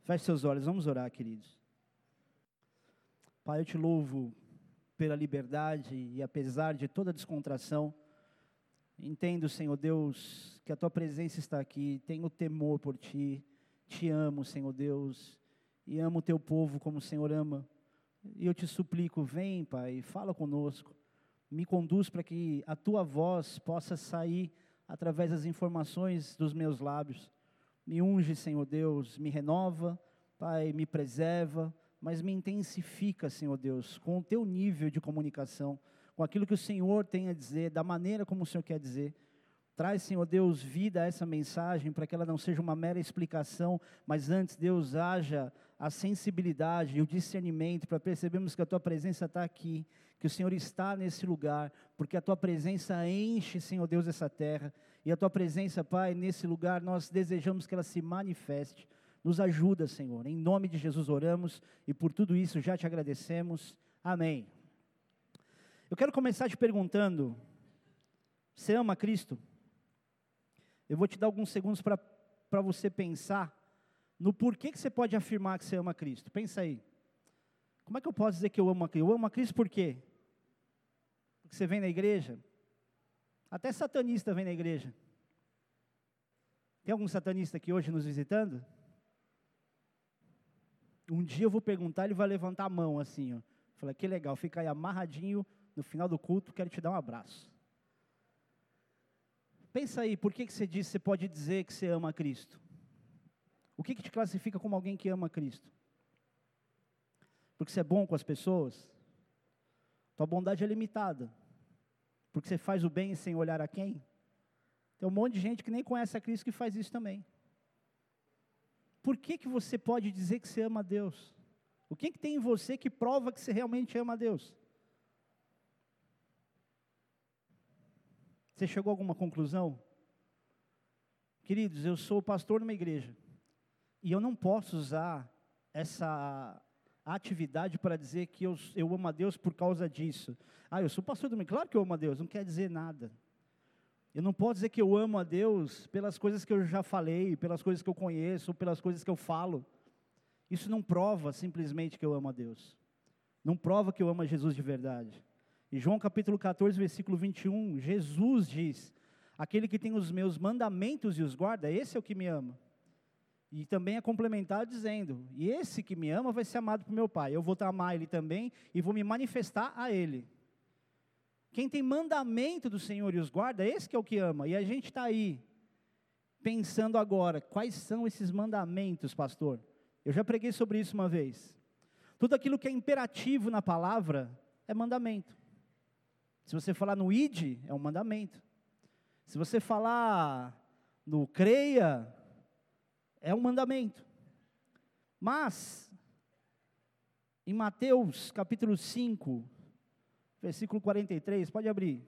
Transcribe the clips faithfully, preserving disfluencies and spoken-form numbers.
Feche seus olhos, vamos orar, queridos. Pai, eu te louvo pela liberdade e apesar de toda a descontração, entendo, Senhor Deus, que a Tua presença está aqui, tenho temor por Ti, Te amo, Senhor Deus, e amo o Teu povo como o Senhor ama, e eu te suplico, vem, Pai, fala conosco, me conduz para que a Tua voz possa sair através das informações dos meus lábios, me unge, Senhor Deus, me renova, Pai, me preserva, mas me intensifica, Senhor Deus, com o Teu nível de comunicação, com aquilo que o Senhor tem a dizer, da maneira como o Senhor quer dizer. Traz, Senhor Deus, vida a essa mensagem, para que ela não seja uma mera explicação, mas antes, Deus, haja a sensibilidade e o discernimento, para percebermos que a Tua presença está aqui, que o Senhor está nesse lugar, porque a Tua presença enche, Senhor Deus, essa terra, e a Tua presença, Pai, nesse lugar, nós desejamos que ela se manifeste. Nos ajuda, Senhor, em nome de Jesus oramos, e por tudo isso já te agradecemos, amém. Eu quero começar te perguntando, você ama Cristo? Eu vou te dar alguns segundos para para você pensar, no porquê que você pode afirmar que você ama Cristo, pensa aí, como é que eu posso dizer que eu amo a Cristo? Eu amo a Cristo por quê? Porque você vem na igreja? Até satanista vem na igreja. Tem algum satanista aqui hoje nos visitando? Um dia eu vou perguntar, ele vai levantar a mão assim, ó. Falei, que legal, fica aí amarradinho, no final do culto, quero te dar um abraço. Pensa aí, por que que você diz, você pode dizer que você ama a Cristo? O que que te classifica como alguém que ama a Cristo? Porque você é bom com as pessoas? Tua bondade é limitada. Porque você faz o bem sem olhar a quem? Tem um monte de gente que nem conhece a Cristo que faz isso também. Por que que você pode dizer que você ama a Deus? O que que tem em você que prova que você realmente ama a Deus? Você chegou a alguma conclusão? Queridos, eu sou pastor numa igreja, e eu não posso usar essa atividade para dizer que eu, eu amo a Deus por causa disso. Ah, eu sou pastor de uma igreja, claro que eu amo a Deus, não quer dizer nada. Eu não posso dizer que eu amo a Deus pelas coisas que eu já falei, pelas coisas que eu conheço, pelas coisas que eu falo. Isso não prova simplesmente que eu amo a Deus. Não prova que eu amo a Jesus de verdade. Em João capítulo catorze, versículo vinte e um, Jesus diz, aquele que tem os meus mandamentos e os guarda, esse é o que me ama. E também é complementado dizendo, e esse que me ama vai ser amado por meu Pai. Eu vou amar Ele também e vou me manifestar a Ele. Quem tem mandamento do Senhor e os guarda, esse que é o que ama. E a gente está aí, pensando agora, quais são esses mandamentos, pastor? Eu já preguei sobre isso uma vez. Tudo aquilo que é imperativo na palavra, é mandamento. Se você falar no ide, é um mandamento. Se você falar no creia, é um mandamento. Mas, em Mateus capítulo cinco, versículo quarenta e três, pode abrir.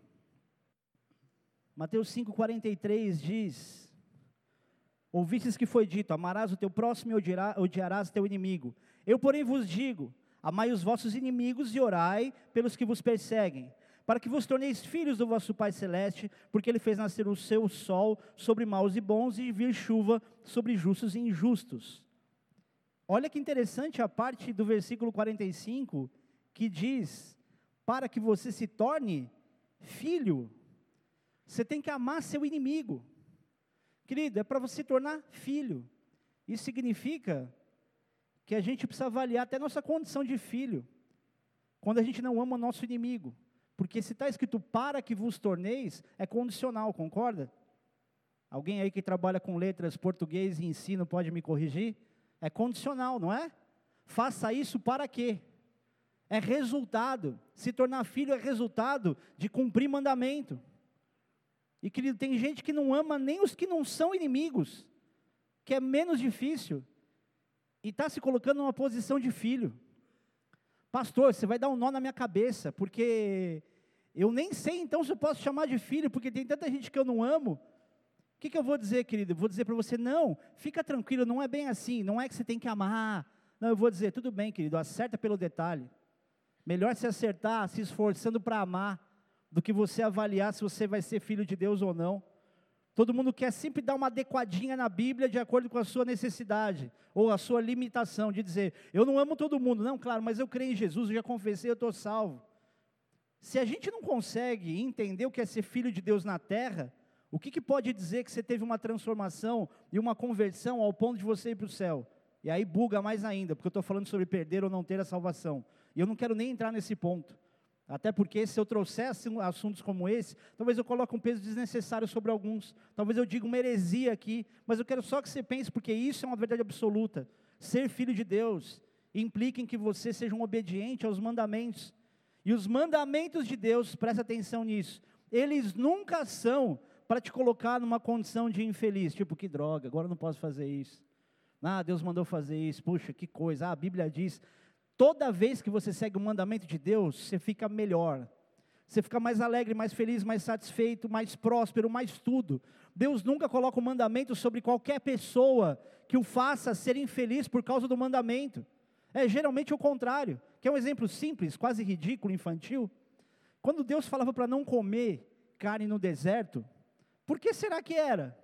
Mateus cinco, quarenta e três diz, ouvistes que foi dito, amarás o teu próximo e odiarás, odiarás teu inimigo. Eu, porém, vos digo, amai os vossos inimigos e orai pelos que vos perseguem, para que vos torneis filhos do vosso Pai Celeste, porque Ele fez nascer o seu sol sobre maus e bons, e vir chuva sobre justos e injustos. Olha que interessante a parte do versículo quarenta e cinco, que diz, para que você se torne filho, você tem que amar seu inimigo. Querido, é para você se tornar filho. Isso significa que a gente precisa avaliar até nossa condição de filho, quando a gente não ama o nosso inimigo. Porque se está escrito para que vos torneis, é condicional, concorda? Alguém aí que trabalha com letras, português e ensino pode me corrigir? É condicional, não é? Faça isso para quê? É resultado. Se tornar filho é resultado de cumprir mandamento. E querido, tem gente que não ama nem os que não são inimigos, que é menos difícil, e está se colocando numa posição de filho. Pastor, você vai dar um nó na minha cabeça, porque eu nem sei então se eu posso chamar de filho, porque tem tanta gente que eu não amo. O que, que eu vou dizer, querido? Eu vou dizer para você, não, fica tranquilo, não é bem assim, não é que você tem que amar. Não, eu vou dizer, tudo bem, querido, acerta pelo detalhe. Melhor se acertar se esforçando para amar, do que você avaliar se você vai ser filho de Deus ou não. Todo mundo quer sempre dar uma adequadinha na Bíblia de acordo com a sua necessidade, ou a sua limitação, de dizer, eu não amo todo mundo. Não, claro, mas eu creio em Jesus, eu já confessei, eu estou salvo. Se a gente não consegue entender o que é ser filho de Deus na terra, o que, que pode dizer que você teve uma transformação e uma conversão ao ponto de você ir para o céu? E aí buga mais ainda, porque eu estou falando sobre perder ou não ter a salvação. E eu não quero nem entrar nesse ponto. Até porque se eu trouxesse assuntos como esse, talvez eu coloque um peso desnecessário sobre alguns. Talvez eu diga uma heresia aqui, mas eu quero só que você pense, porque isso é uma verdade absoluta. Ser filho de Deus implica em que você seja um obediente aos mandamentos. E os mandamentos de Deus, presta atenção nisso, eles nunca são para te colocar numa condição de infeliz. Tipo, que droga, agora eu não posso fazer isso. Ah, Deus mandou fazer isso, puxa, que coisa. Ah, a Bíblia diz... Toda vez que você segue o mandamento de Deus, você fica melhor. Você fica mais alegre, mais feliz, mais satisfeito, mais próspero, mais tudo. Deus nunca coloca um mandamento sobre qualquer pessoa que o faça ser infeliz por causa do mandamento. É geralmente o contrário. Quer um exemplo simples, quase ridículo, infantil? Quando Deus falava para não comer carne no deserto, por que será que era?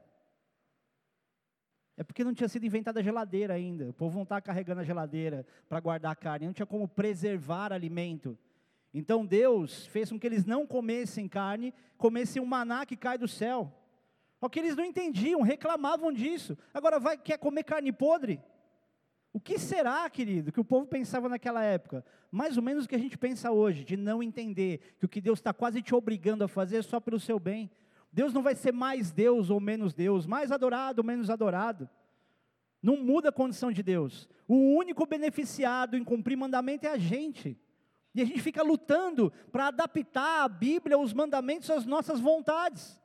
É porque não tinha sido inventada a geladeira ainda. O povo não estava carregando a geladeira para guardar a carne. Não tinha como preservar alimento. Então Deus fez com que eles não comessem carne, comessem um maná que cai do céu. Só que eles não entendiam, reclamavam disso. Agora vai, quer comer carne podre? O que será, querido, que o povo pensava naquela época? Mais ou menos o que a gente pensa hoje, de não entender que o que Deus está quase te obrigando a fazer é só pelo seu bem. Deus não vai ser mais Deus ou menos Deus, mais adorado ou menos adorado. Não muda a condição de Deus. O único beneficiado em cumprir mandamento é a gente. E a gente fica lutando para adaptar a Bíblia, os mandamentos às nossas vontades.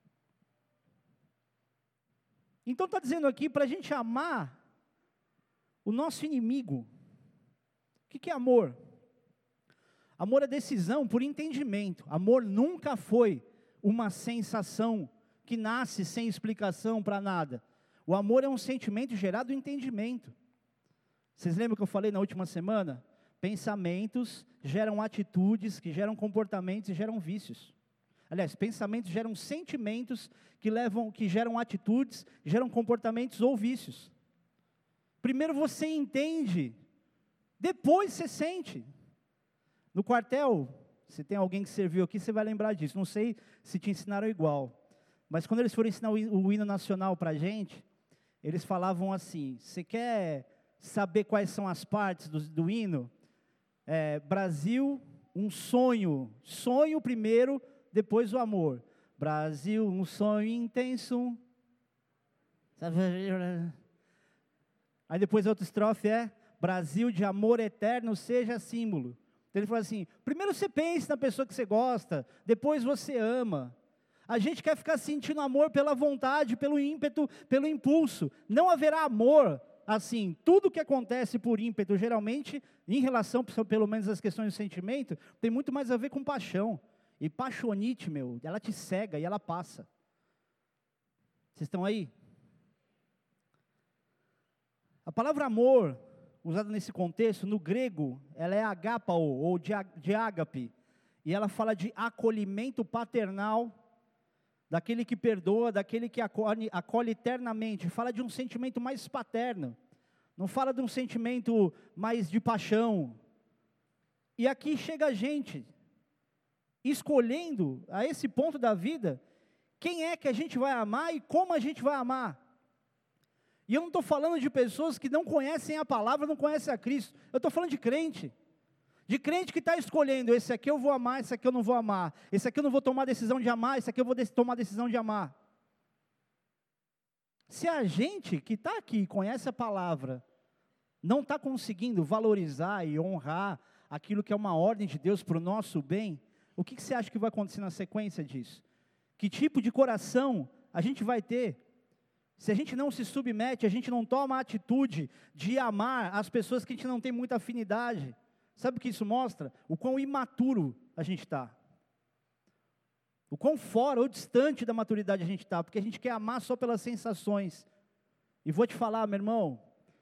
Então está dizendo aqui para a gente amar o nosso inimigo. O que, que é amor? Amor é decisão por entendimento. Amor nunca foi uma sensação que nasce sem explicação para nada. O amor é um sentimento gerado do entendimento. Vocês lembram que eu falei na última semana? Pensamentos geram atitudes, que geram comportamentos e geram vícios. Aliás, pensamentos geram sentimentos que levam, que geram atitudes, geram comportamentos ou vícios. Primeiro você entende, depois você sente. No quartel, se tem alguém que serviu aqui, você vai lembrar disso. Não sei se te ensinaram igual. Mas quando eles foram ensinar o hino nacional para a gente, eles falavam assim, você quer saber quais são as partes do, do hino? É, Brasil, um sonho. Sonho primeiro, depois o amor. Brasil, um sonho intenso. Aí depois a outra estrofe é, Brasil de amor eterno seja símbolo. Então ele falou assim, primeiro você pensa na pessoa que você gosta, depois você ama. A gente quer ficar sentindo amor pela vontade, pelo ímpeto, pelo impulso. Não haverá amor, assim, tudo que acontece por ímpeto, geralmente, em relação, pelo menos às questões de sentimento, tem muito mais a ver com paixão. E paixonite, meu, ela te cega e ela passa. Vocês estão aí? A palavra amor, usada nesse contexto, no grego, ela é agapao, ou de ágape, e ela fala de acolhimento paternal, daquele que perdoa, daquele que acolhe, acolhe eternamente, fala de um sentimento mais paterno, não fala de um sentimento mais de paixão. E aqui chega a gente, escolhendo, a esse ponto da vida, quem é que a gente vai amar e como a gente vai amar. E eu não estou falando de pessoas que não conhecem a palavra, não conhecem a Cristo. Eu estou falando de crente. De crente que está escolhendo, esse aqui eu vou amar, esse aqui eu não vou amar. Esse aqui eu não vou tomar decisão de amar, esse aqui eu vou tomar decisão de amar. Se a gente que está aqui, conhece a palavra, não está conseguindo valorizar e honrar aquilo que é uma ordem de Deus para o nosso bem, o que, que você acha que vai acontecer na sequência disso? Que tipo de coração a gente vai ter? Se a gente não se submete, a gente não toma a atitude de amar as pessoas que a gente não tem muita afinidade. Sabe o que isso mostra? O quão imaturo a gente está. O quão fora ou distante da maturidade a gente está. Porque a gente quer amar só pelas sensações. E vou te falar, meu irmão,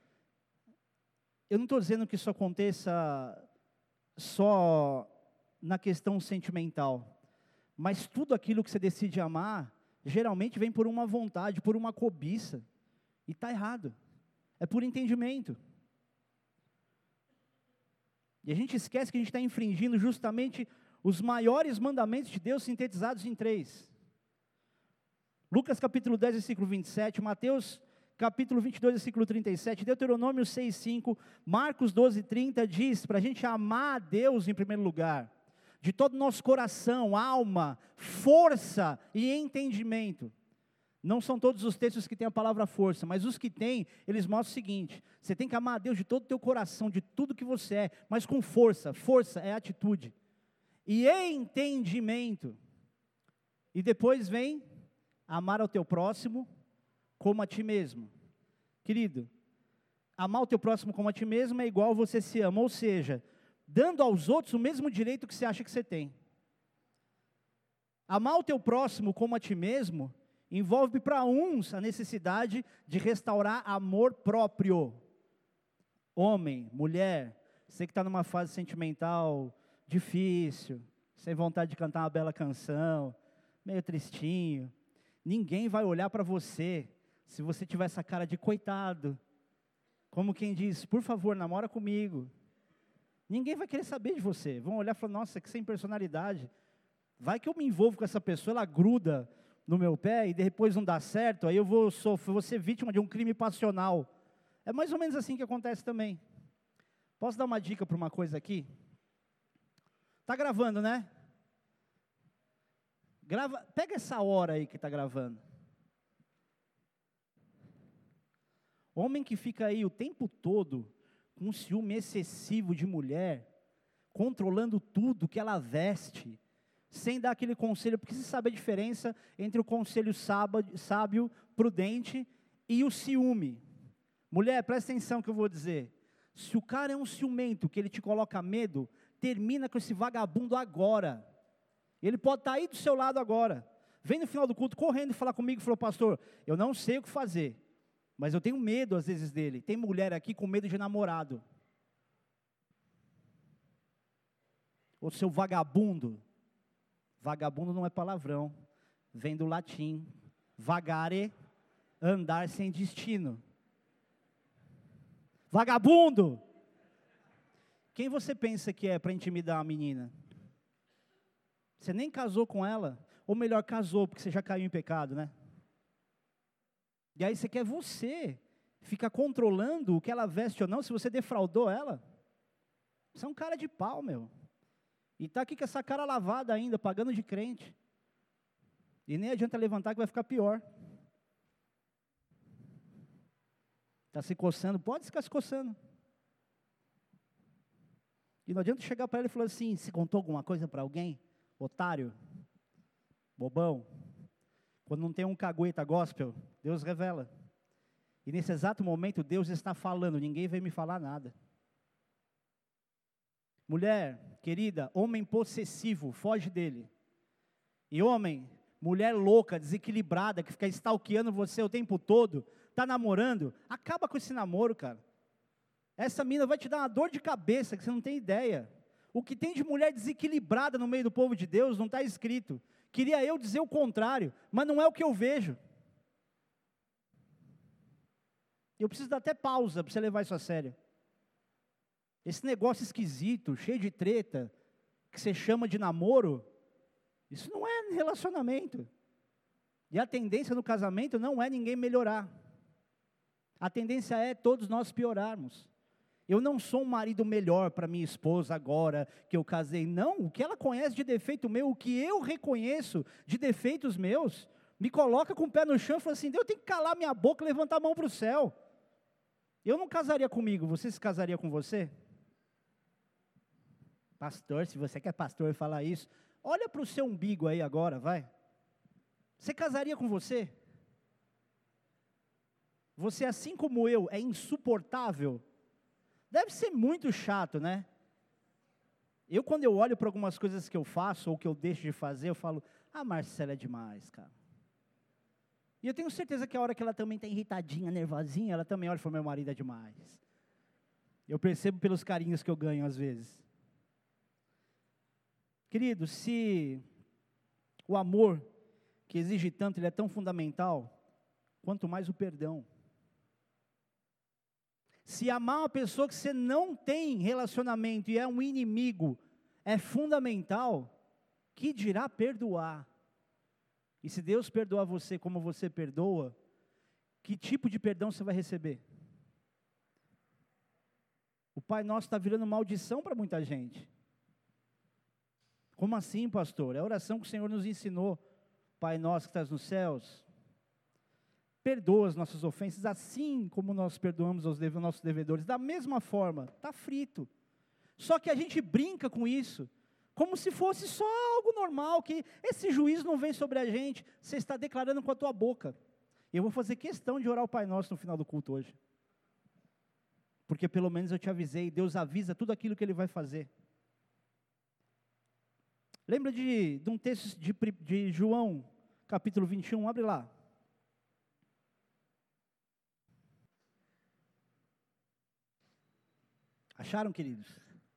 eu não estou dizendo que isso aconteça só na questão sentimental. Mas tudo aquilo que você decide amar geralmente vem por uma vontade, por uma cobiça. E está errado. É por entendimento. E a gente esquece que a gente está infringindo justamente os maiores mandamentos de Deus sintetizados em três. Lucas capítulo dez, versículo vinte e sete, Mateus capítulo vinte e dois, versículo trinta e sete, Deuteronômio seis, cinco, Marcos doze, trinta, diz para a gente amar a Deus em primeiro lugar, de todo o nosso coração, alma, força e entendimento. Não são todos os textos que têm a palavra força, mas os que têm, eles mostram o seguinte: você tem que amar a Deus de todo o teu coração, de tudo que você é, mas com força. Força é atitude. E entendimento. E depois vem amar ao teu próximo como a ti mesmo. Querido, amar o teu próximo como a ti mesmo é igual você se ama, ou seja, dando aos outros o mesmo direito que você acha que você tem. Amar o teu próximo como a ti mesmo envolve para uns a necessidade de restaurar amor próprio. Homem, mulher, você que está numa fase sentimental difícil, sem vontade de cantar uma bela canção, meio tristinho, ninguém vai olhar para você se você tiver essa cara de coitado, como quem diz, por favor, namora comigo. Ninguém vai querer saber de você, vão olhar e falar, nossa, que sem personalidade. Vai que eu me envolvo com essa pessoa, ela gruda no meu pé e depois não dá certo, aí eu vou, sofrer, vou ser vítima de um crime passional. É mais ou menos assim que acontece também. Posso dar uma dica para uma coisa aqui? Está gravando, né? Grava, pega essa hora aí que está gravando. Homem que fica aí o tempo todo com um ciúme excessivo de mulher, controlando tudo que ela veste, sem dar aquele conselho, porque você sabe a diferença entre o conselho sábio, sábio, prudente e o ciúme. Mulher, presta atenção que eu vou dizer. Se o cara é um ciumento, que ele te coloca medo, termina com esse vagabundo agora. Ele pode estar aí do seu lado agora. Vem no final do culto correndo e falar comigo e falou, pastor, eu não sei o que fazer, mas eu tenho medo às vezes dele. Tem mulher aqui com medo de namorado. Ô seu vagabundo. Vagabundo não é palavrão, vem do latim, vagare, andar sem destino. Vagabundo! Quem você pensa que é para intimidar a menina? Você nem casou com ela, ou melhor, casou, porque você já caiu em pecado, né? E aí você quer você, ficar controlando o que ela veste ou não, se você defraudou ela. Você é um cara de pau, meu. E está aqui com essa cara lavada ainda, pagando de crente. E nem adianta levantar que vai ficar pior. Está se coçando, pode ficar se coçando. E não adianta chegar para ela e falar assim, se contou alguma coisa para alguém? Otário, bobão. Quando não tem um cagueta gospel, Deus revela. E nesse exato momento Deus está falando, ninguém veio me falar nada. Mulher, querida, homem possessivo, foge dele. E homem, mulher louca, desequilibrada, que fica stalkeando você o tempo todo, está namorando, acaba com esse namoro, cara. Essa mina vai te dar uma dor de cabeça, que você não tem ideia. O que tem de mulher desequilibrada no meio do povo de Deus, não está escrito. Queria eu dizer o contrário, mas não é o que eu vejo. Eu preciso dar até pausa para você levar isso a sério. Esse negócio esquisito, cheio de treta, que você chama de namoro, isso não é relacionamento. E a tendência no casamento não é ninguém melhorar. A tendência é todos nós piorarmos. Eu não sou um marido melhor para minha esposa agora que eu casei. Não, o que ela conhece de defeito meu, o que eu reconheço de defeitos meus, me coloca com o pé no chão e fala assim, eu tenho que calar minha boca e levantar a mão para o céu. Eu não casaria comigo, você se casaria com você? Pastor, se você que é pastor falar isso, olha para o seu umbigo aí agora, vai. Você casaria com você? Você, assim como eu, é insuportável? Deve ser muito chato, né? Eu, quando eu olho para algumas coisas que eu faço, ou que eu deixo de fazer, eu falo, ah, Marcela é demais, cara. E eu tenho certeza que a hora que ela também está irritadinha, nervosinha, ela também olha e fala, meu marido é demais. Eu percebo pelos carinhos que eu ganho às vezes. Querido, se o amor que exige tanto, ele é tão fundamental, quanto mais o perdão. Se amar uma pessoa que você não tem relacionamento e é um inimigo, é fundamental, que dirá perdoar? E se Deus perdoar você como você perdoa, que tipo de perdão você vai receber? O Pai Nosso está virando maldição para muita gente. Como assim, pastor? É a oração que o Senhor nos ensinou. Pai Nosso que estás nos céus, perdoa as nossas ofensas, assim como nós perdoamos aos nossos devedores. Da mesma forma, está frito. Só que a gente brinca com isso, como se fosse só algo normal, que esse juízo não vem sobre a gente. Você está declarando com a tua boca. Eu vou fazer questão de orar o Pai Nosso no final do culto hoje. Porque pelo menos eu te avisei, Deus avisa tudo aquilo que Ele vai fazer. Lembra de, de um texto de, de João, capítulo vinte e um, abre lá. Acharam, queridos?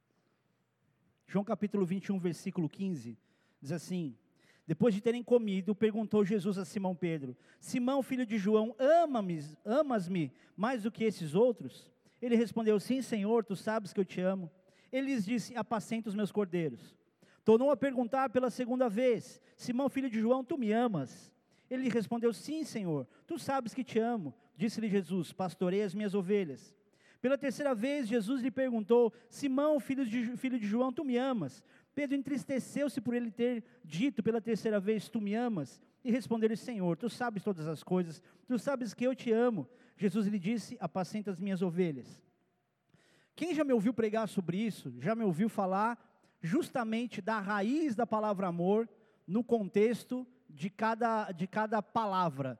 João capítulo vinte e um, versículo quinze, diz assim: depois de terem comido, perguntou Jesus a Simão Pedro: Simão, filho de João, ama-me, amas-me mais do que esses outros? Ele respondeu: sim, Senhor, tu sabes que eu te amo. Ele lhes disse: apacenta os meus cordeiros. Tornou a perguntar pela segunda vez: Simão, filho de João, tu me amas? Ele lhe respondeu: sim, Senhor, tu sabes que te amo. Disse-lhe Jesus: pastorei as minhas ovelhas. Pela terceira vez, Jesus lhe perguntou: Simão, filho de, filho de João, tu me amas? Pedro entristeceu-se por ele ter dito pela terceira vez: tu me amas? E respondeu-lhe: Senhor, tu sabes todas as coisas, tu sabes que eu te amo. Jesus lhe disse: apacenta as minhas ovelhas. Quem já me ouviu pregar sobre isso, já me ouviu falar justamente da raiz da palavra amor, no contexto de cada, de cada palavra.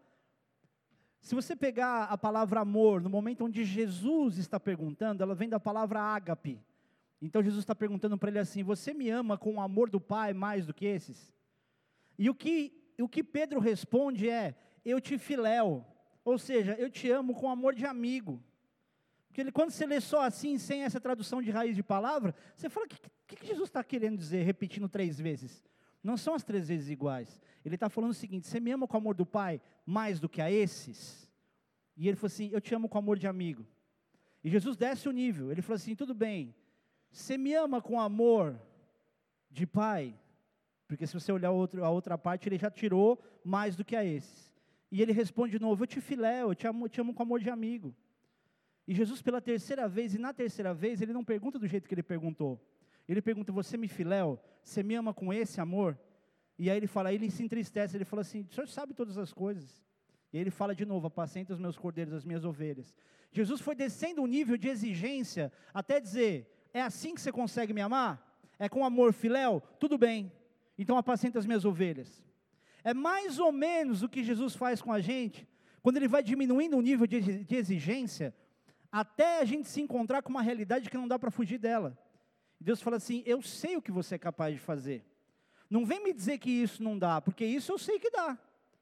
Se você pegar a palavra amor, no momento onde Jesus está perguntando, ela vem da palavra ágape. Então Jesus está perguntando para ele assim: você me ama com o amor do Pai mais do que esses? E o que, o que Pedro responde é: eu te filéu, ou seja, eu te amo com amor de amigo. Porque ele, quando você lê só assim, sem essa tradução de raiz de palavra, você fala: o que, que, que Jesus está querendo dizer, repetindo três vezes? Não são as três vezes iguais. Ele está falando o seguinte: você me ama com o amor do Pai mais do que a esses? E ele falou assim: eu te amo com amor de amigo. E Jesus desce o nível, ele falou assim: tudo bem, você me ama com amor de Pai? Porque se você olhar a outra, a outra parte, ele já tirou mais do que a esses. E ele responde de novo: eu te filéu, eu te amo, te amo com amor de amigo. E Jesus, pela terceira vez, e na terceira vez, ele não pergunta do jeito que ele perguntou. Ele pergunta: você me filéu? Você me ama com esse amor? E aí ele fala, ele se entristece, ele fala assim: o Senhor sabe todas as coisas. E aí ele fala de novo: apacenta os meus cordeiros, as minhas ovelhas. Jesus foi descendo um nível de exigência, até dizer: é assim que você consegue me amar? É com amor filéu? Tudo bem, então apacenta as minhas ovelhas. É mais ou menos o que Jesus faz com a gente, quando ele vai diminuindo o nível de, de exigência, até a gente se encontrar com uma realidade que não dá para fugir dela. Deus fala assim: eu sei o que você é capaz de fazer. Não vem me dizer que isso não dá, porque isso eu sei que dá.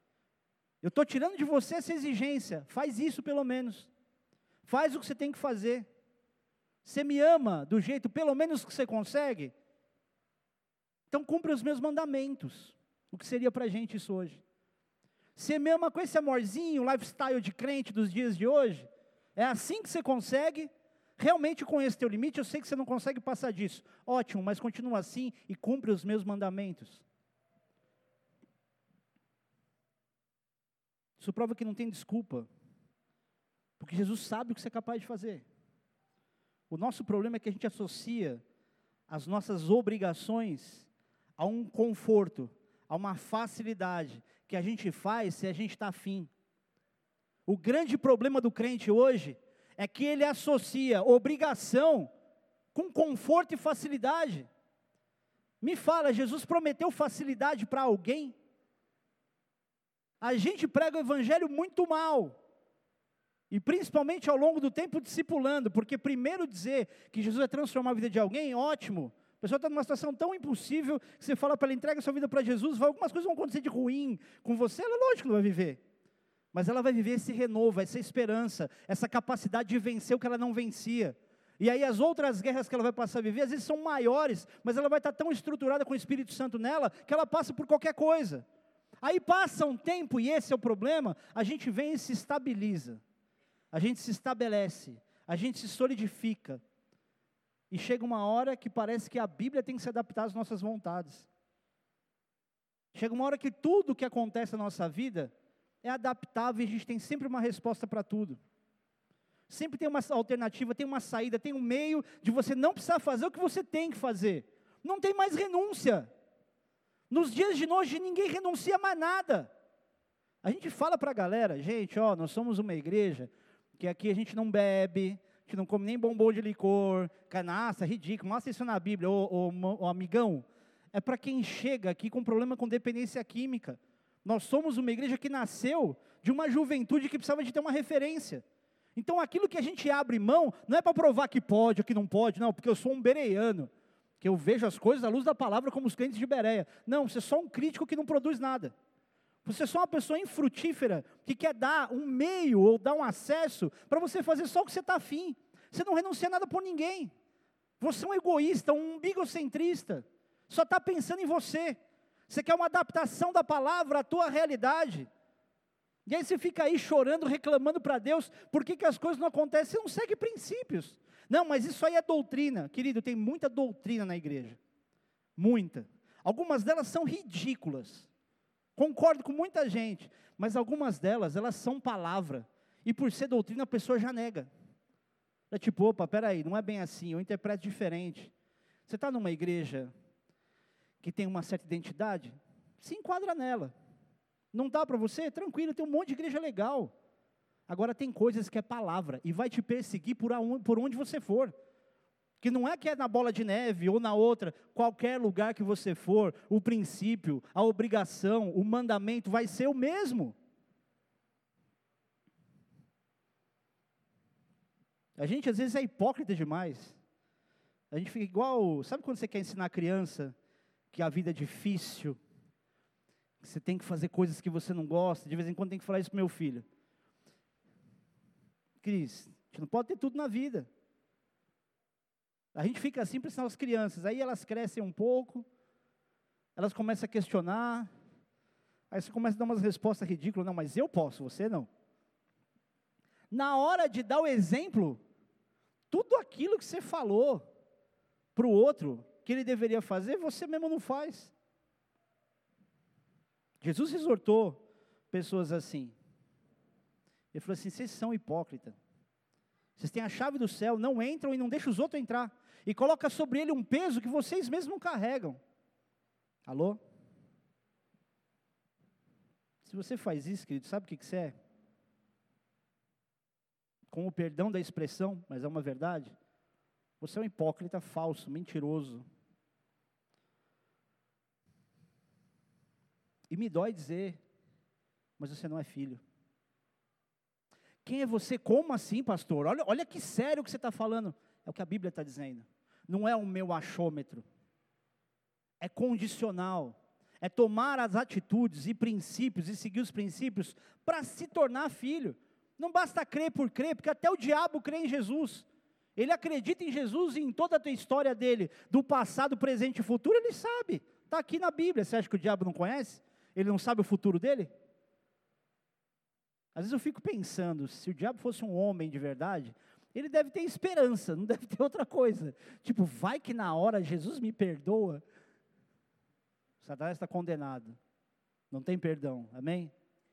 Eu estou tirando de você essa exigência. Faz isso pelo menos. Faz o que você tem que fazer. Você me ama do jeito pelo menos que você consegue? Então cumpre os meus mandamentos. O que seria para a gente isso hoje? Você me ama com esse amorzinho, lifestyle de crente dos dias de hoje? É assim que você consegue? Realmente conheço teu limite, eu sei que você não consegue passar disso. Ótimo, mas continua assim e cumpre os meus mandamentos. Isso prova que não tem desculpa. Porque Jesus sabe o que você é capaz de fazer. O nosso problema é que a gente associa as nossas obrigações a um conforto, a uma facilidade que a gente faz se a gente está afim. O grande problema do crente hoje é que ele associa obrigação com conforto e facilidade. Me fala, Jesus prometeu facilidade para alguém? A gente prega o evangelho muito mal, e principalmente ao longo do tempo discipulando, porque primeiro dizer que Jesus vai transformar a vida de alguém, ótimo. A pessoa está numa situação tão impossível, que você fala para ela: entrega a sua vida para Jesus, vai, algumas coisas vão acontecer de ruim com você, ela lógico que não vai viver. Mas ela vai viver esse renovo, essa esperança, essa capacidade de vencer o que ela não vencia. E aí as outras guerras que ela vai passar a viver, às vezes são maiores, mas ela vai estar tão estruturada com o Espírito Santo nela, que ela passa por qualquer coisa. Aí passa um tempo, e esse é o problema, a gente vem e se estabiliza. A gente se estabelece, a gente se solidifica. E chega uma hora que parece que a Bíblia tem que se adaptar às nossas vontades. Chega uma hora que tudo que acontece na nossa vida é adaptável e a gente tem sempre uma resposta para tudo. Sempre tem uma alternativa, tem uma saída, tem um meio de você não precisar fazer o que você tem que fazer. Não tem mais renúncia. Nos dias de hoje ninguém renuncia mais nada. A gente fala para a galera, gente, ó, nós somos uma igreja que aqui a gente não bebe, a gente não come nem bombom de licor, canastra, ridículo, mostra isso na Bíblia, ô, ô, ô amigão. É para quem chega aqui com problema com dependência química. Nós somos uma igreja que nasceu de uma juventude que precisava de ter uma referência. Então aquilo que a gente abre mão, não é para provar que pode ou que não pode, não, porque eu sou um bereano, que eu vejo as coisas à luz da palavra como os crentes de Bereia. Não, você é só um crítico que não produz nada. Você é só uma pessoa infrutífera, que quer dar um meio ou dar um acesso para você fazer só o que você está afim. Você não renuncia nada por ninguém. Você é um egoísta, um umbigocentrista. Só está pensando em você. Você quer uma adaptação da palavra à tua realidade. E aí você fica aí chorando, reclamando para Deus, por que que as coisas não acontecem? Você não segue princípios. Não, mas isso aí é doutrina. Querido, tem muita doutrina na igreja. Muita. Algumas delas são ridículas. Concordo com muita gente, mas algumas delas, elas são palavra. E por ser doutrina, a pessoa já nega. É tipo, opa, peraí, não é bem assim, eu interpreto diferente. Você está numa igreja que tem uma certa identidade? Se enquadra nela. Não dá para você? Tranquilo, tem um monte de igreja legal. Agora tem coisas que é palavra, e vai te perseguir por, aonde, por onde você for. Que não é que é na bola de neve ou na outra, qualquer lugar que você for, o princípio, a obrigação, o mandamento vai ser o mesmo. A gente às vezes é hipócrita demais. A gente fica igual, sabe quando você quer ensinar a criança que a vida é difícil, que você tem que fazer coisas que você não gosta, de vez em quando tem que falar isso para meu filho. Cris, a gente não pode ter tudo na vida. A gente fica assim para ensinar as crianças, aí elas crescem um pouco, elas começam a questionar, aí você começa a dar umas respostas ridículas, não, mas eu posso, você não. Na hora de dar o exemplo, tudo aquilo que você falou para o outro, que ele deveria fazer, você mesmo não faz. Jesus exortou pessoas assim. Ele falou assim, vocês são hipócritas. Vocês têm a chave do céu, não entram e não deixam os outros entrar. E coloca sobre ele um peso que vocês mesmos não carregam. Alô? Se você faz isso, querido, sabe o que que você é? Com o perdão da expressão, mas é uma verdade. Você é um hipócrita falso, mentiroso. E me dói dizer, mas você não é filho. Quem é você? Como assim, pastor? Olha, olha que sério que você está falando. É o que a Bíblia está dizendo. Não é o meu achômetro. É condicional. É tomar as atitudes e princípios e seguir os princípios para se tornar filho. Não basta crer por crer, porque até o diabo crê em Jesus. Ele acredita em Jesus e em toda a tua história dele, do passado, presente e futuro, ele sabe. Está aqui na Bíblia. Você acha que o diabo não conhece? Ele não sabe o futuro dele? Às vezes eu fico pensando, se o diabo fosse um homem de verdade, ele deve ter esperança, não deve ter outra coisa. Tipo, vai que na hora Jesus me perdoa. Satanás está condenado. Não tem perdão, amém?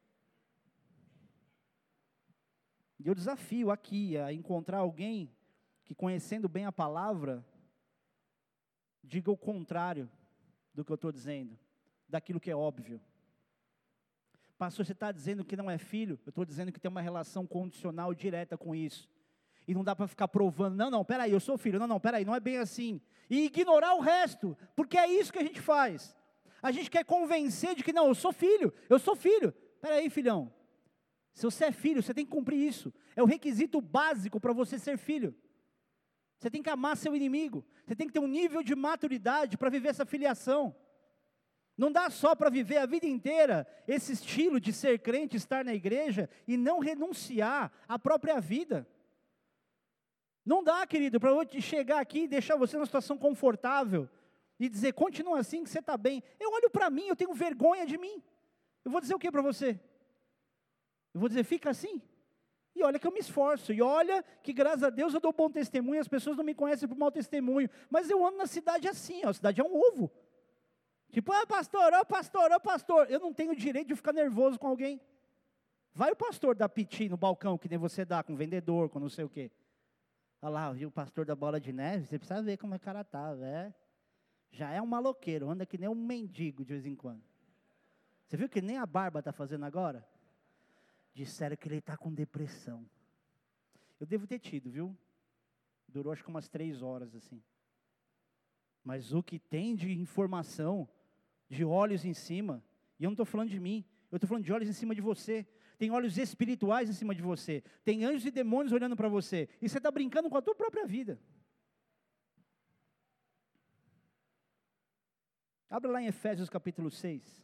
E eu desafio aqui a encontrar alguém que, conhecendo bem a palavra, diga o contrário do que eu estou dizendo, daquilo que é óbvio. Pastor, você está dizendo que não é filho? Eu estou dizendo que tem uma relação condicional direta com isso. E não dá para ficar provando, não, não, peraí, eu sou filho, não, não, peraí, não é bem assim. E ignorar o resto, porque é isso que a gente faz. A gente quer convencer de que, não, eu sou filho, eu sou filho. Peraí, filhão, se você é filho, você tem que cumprir isso. É o requisito básico para você ser filho. Você tem que amar seu inimigo. Você tem que ter um nível de maturidade para viver essa filiação. Não dá só para viver a vida inteira esse estilo de ser crente, estar na igreja e não renunciar à própria vida. Não dá, querido, para eu chegar aqui e deixar você numa situação confortável e dizer, continua assim que você está bem. Eu olho para mim, eu tenho vergonha de mim. Eu vou dizer o que para você? Eu vou dizer, fica assim. E olha que eu me esforço, e olha que graças a Deus eu dou bom testemunho, as pessoas não me conhecem por mau testemunho, mas eu ando na cidade assim, ó, a cidade é um ovo. Tipo, ah pastor, ó pastor, ó pastor, eu não tenho direito de ficar nervoso com alguém. Vai o pastor dar piti no balcão, que nem você dá com o vendedor, com não sei o quê. Olha lá, viu o pastor da bola de neve, você precisa ver como é que o cara tá, é. Já é um maloqueiro, anda que nem um mendigo de vez em quando. Você viu que nem a barba está fazendo agora? Disseram que ele está com depressão. Eu devo ter tido, viu? Durou acho que umas três horas assim. Mas o que tem de informação, de olhos em cima, e eu não estou falando de mim, eu estou falando de olhos em cima de você. Tem olhos espirituais em cima de você. Tem anjos e demônios olhando para você. E você está brincando com a tua própria vida. Abra lá em Efésios capítulo seis.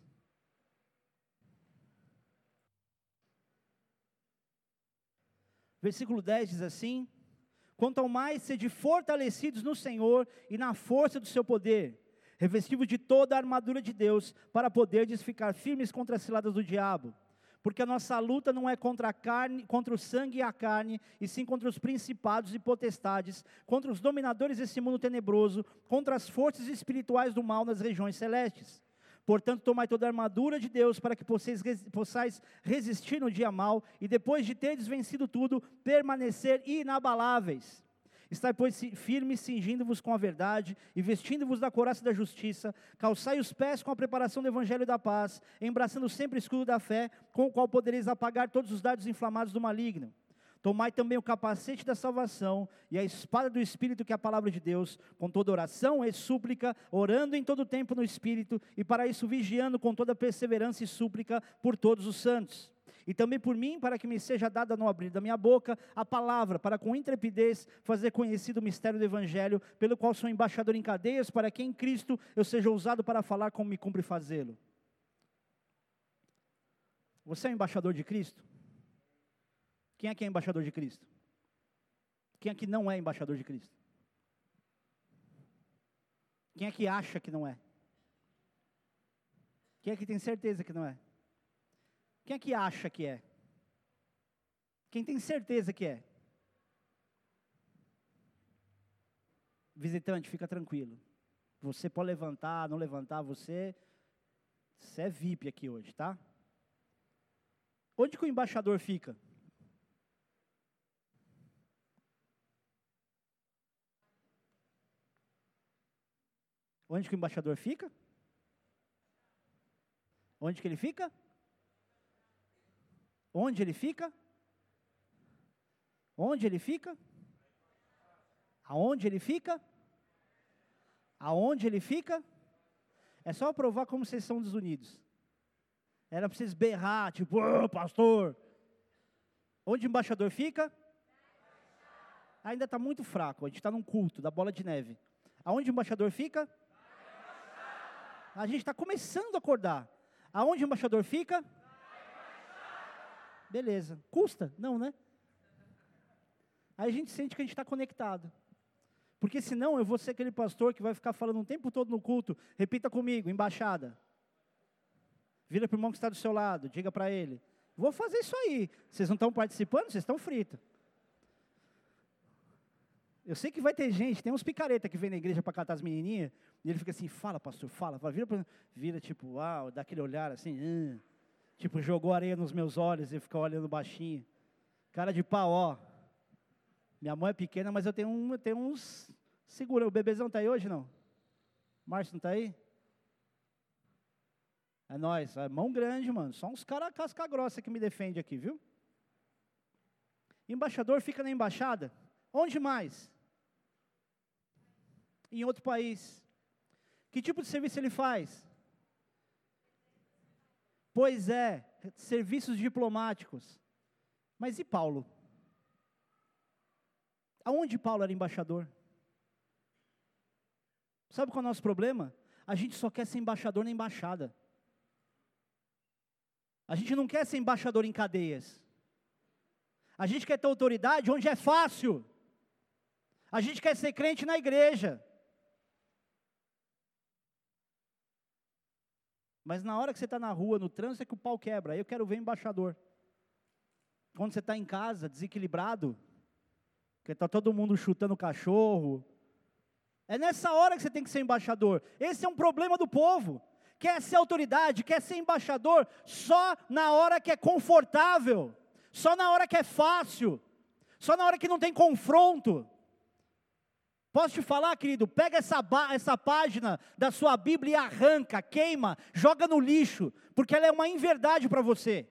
Versículo dez diz assim: quanto ao mais, sede fortalecidos no Senhor e na força do seu poder, revestidos de toda a armadura de Deus, para poderdes ficar firmes contra as ciladas do diabo. Porque a nossa luta não é contra a carne, contra o sangue e a carne, e sim contra os principados e potestades, contra os dominadores desse mundo tenebroso, contra as forças espirituais do mal nas regiões celestes. Portanto, tomai toda a armadura de Deus, para que possais, possais resistir no dia mau, e depois de teres vencido tudo, permanecer inabaláveis. Estai, pois, firmes, cingindo-vos com a verdade, e vestindo-vos da couraça da justiça, calçai os pés com a preparação do evangelho da paz, embraçando sempre o escudo da fé, com o qual podereis apagar todos os dardos inflamados do maligno. Tomai também o capacete da salvação, e a espada do Espírito, que é a palavra de Deus, com toda oração e súplica, orando em todo tempo no Espírito, e para isso vigiando com toda perseverança e súplica por todos os santos. E também por mim, para que me seja dada no abrir da minha boca a palavra, para com intrepidez fazer conhecido o mistério do Evangelho, pelo qual sou embaixador em cadeias, para que em Cristo eu seja ousado para falar como me cumpre fazê-lo. Você é embaixador de Cristo? Quem é que é embaixador de Cristo? Quem é que não é embaixador de Cristo? Quem é que acha que não é? Quem é que tem certeza que não é? Quem é que acha que é? Quem tem certeza que é? Visitante, fica tranquilo. Você pode levantar, não levantar, você, você é V I P aqui hoje, tá? Onde que o embaixador fica? Onde que o embaixador fica? Onde que ele fica? Onde ele fica? Onde ele fica? Aonde ele fica? Aonde ele fica? É só provar como vocês são desunidos. Era para vocês berrar, tipo, oh, pastor. Onde o embaixador fica? Ainda está muito fraco, a gente está num culto da bola de neve. Aonde o embaixador fica? A gente está começando a acordar. Aonde o embaixador fica? Beleza. Custa? Não, né? Aí a gente sente que a gente está conectado. Porque senão eu vou ser aquele pastor que vai ficar falando o tempo todo no culto. Repita comigo, embaixada. Vira para o irmão que está do seu lado, diga para ele. Vou fazer isso aí. Vocês não estão participando? Vocês estão fritos. Eu sei que vai ter gente, tem uns picareta que vem na igreja para catar as menininhas, e ele fica assim, fala pastor, fala, fala. Vira, pra, vira tipo, uau, dá aquele olhar assim, hum, tipo, jogou areia nos meus olhos e fica olhando baixinho. Cara de pau, ó. Minha mãe é pequena, mas eu tenho, um, eu tenho uns, segura, o bebezão está aí hoje, não? Márcio não está aí? É nóis, é mão grande, mano, só uns caras casca grossa que me defende aqui, viu? Embaixador fica na embaixada, onde mais? Em outro país. Que tipo de serviço ele faz? Pois é, serviços diplomáticos. Mas e Paulo? Aonde Paulo era embaixador? Sabe qual é o nosso problema? A gente só quer ser embaixador na embaixada. A gente não quer ser embaixador em cadeias. A gente quer ter autoridade onde é fácil. A gente quer ser crente na igreja. Mas na hora que você está na rua, no trânsito, é que o pau quebra. Aí eu quero ver embaixador. Quando você está em casa, desequilibrado, que está todo mundo chutando cachorro, é nessa hora que você tem que ser embaixador. Esse é um problema do povo. Quer ser autoridade, quer ser embaixador, só na hora que é confortável, só na hora que é fácil, só na hora que não tem confronto. Posso te falar, querido, pega essa, essa página da sua Bíblia e arranca, queima, joga no lixo, porque ela é uma inverdade para você.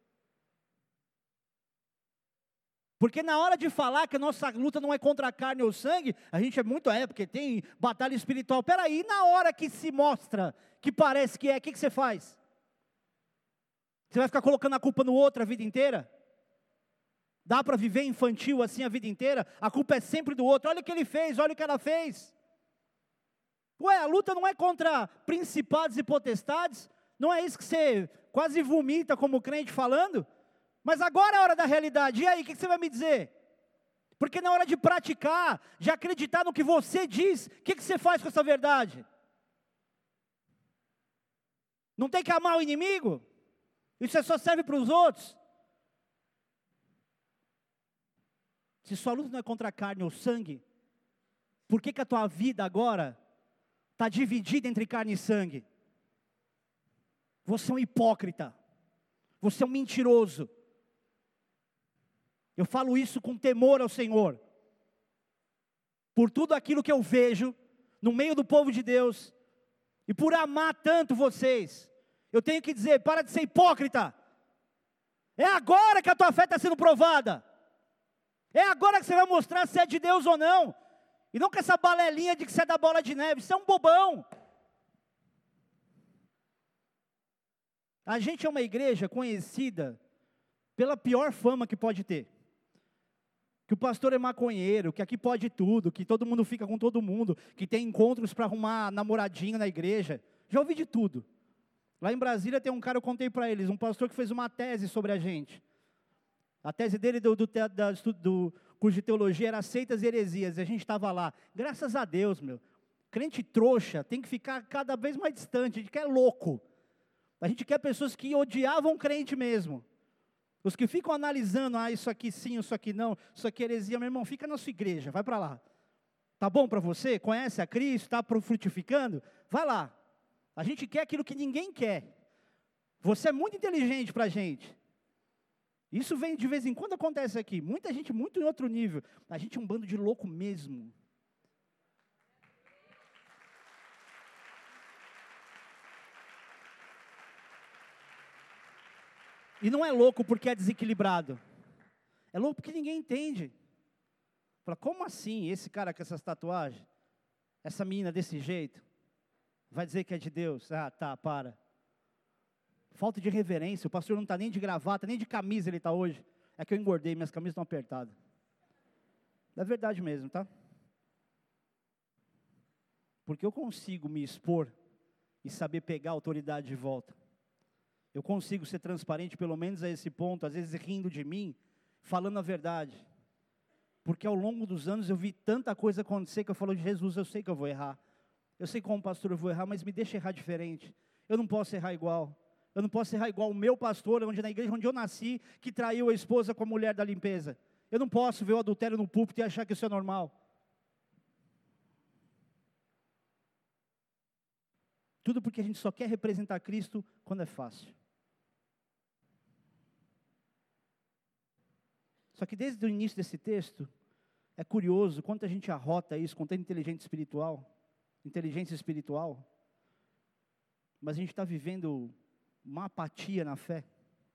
Porque na hora de falar que a nossa luta não é contra a carne ou sangue, a gente é muito, é, porque tem batalha espiritual. Peraí, na hora que se mostra, que parece que é, o que, que você faz? Você vai ficar colocando a culpa no outro a vida inteira? Dá para viver infantil assim a vida inteira? A culpa é sempre do outro. Olha o que ele fez, olha o que ela fez. Ué, a luta não é contra principados e potestades? Não é isso que você quase vomita como crente falando? Mas agora é a hora da realidade. E aí, o que você vai me dizer? Porque na hora de praticar, de acreditar no que você diz, o que você faz com essa verdade? Não tem que amar o inimigo? Isso só serve para os outros? Se sua luta não é contra a carne ou sangue, por que que a tua vida agora está dividida entre carne e sangue? Você é um hipócrita. Você é um mentiroso. Eu falo isso com temor ao Senhor. Por tudo aquilo que eu vejo no meio do povo de Deus, e por amar tanto vocês, eu tenho que dizer, para de ser hipócrita. É agora que a tua fé está sendo provada. É agora que você vai mostrar se é de Deus ou não. E não com essa balelinha de que você é da bola de neve. Você é um bobão. A gente é uma igreja conhecida pela pior fama que pode ter. Que o pastor é maconheiro, que aqui pode tudo, que todo mundo fica com todo mundo, que tem encontros para arrumar namoradinho na igreja. Já ouvi de tudo. Lá em Brasília tem um cara, eu contei para eles, um pastor que fez uma tese sobre a gente. A tese dele do, do, da, do curso de teologia era seitas e heresias, e a gente estava lá. Graças a Deus, meu. Crente trouxa tem que ficar cada vez mais distante, a gente quer louco. A gente quer pessoas que odiavam crente mesmo. Os que ficam analisando, ah, isso aqui sim, isso aqui não, isso aqui é heresia, meu irmão, fica na sua igreja, vai para lá. Tá bom para você? Conhece a Cristo? Está frutificando? Vai lá. A gente quer aquilo que ninguém quer. Você é muito inteligente para a gente. Isso vem de vez em quando acontece aqui. Muita gente muito em outro nível. A gente é um bando de louco mesmo. E não é louco porque é desequilibrado. É louco porque ninguém entende. Fala, como assim esse cara com essas tatuagens? Essa menina desse jeito? Vai dizer que é de Deus? Ah, tá, para. Falta de reverência, o pastor não está nem de gravata, nem de camisa ele está hoje. É que eu engordei, minhas camisas estão apertadas. É verdade mesmo, tá? Porque eu consigo me expor e saber pegar a autoridade de volta. Eu consigo ser transparente, pelo menos a esse ponto, às vezes rindo de mim, falando a verdade. Porque ao longo dos anos eu vi tanta coisa acontecer que eu falo de Jesus, eu sei que eu vou errar. Eu sei como pastor eu vou errar, mas me deixa errar diferente. Eu não posso errar igual. Eu não posso errar igual o meu pastor, onde na igreja onde eu nasci, que traiu a esposa com a mulher da limpeza. Eu não posso ver o adultério no púlpito e achar que isso é normal. Tudo porque a gente só quer representar Cristo quando é fácil. Só que desde o início desse texto, é curioso quanto a gente arrota isso com tanta inteligência espiritual, inteligência espiritual, mas a gente está vivendo uma apatia na fé,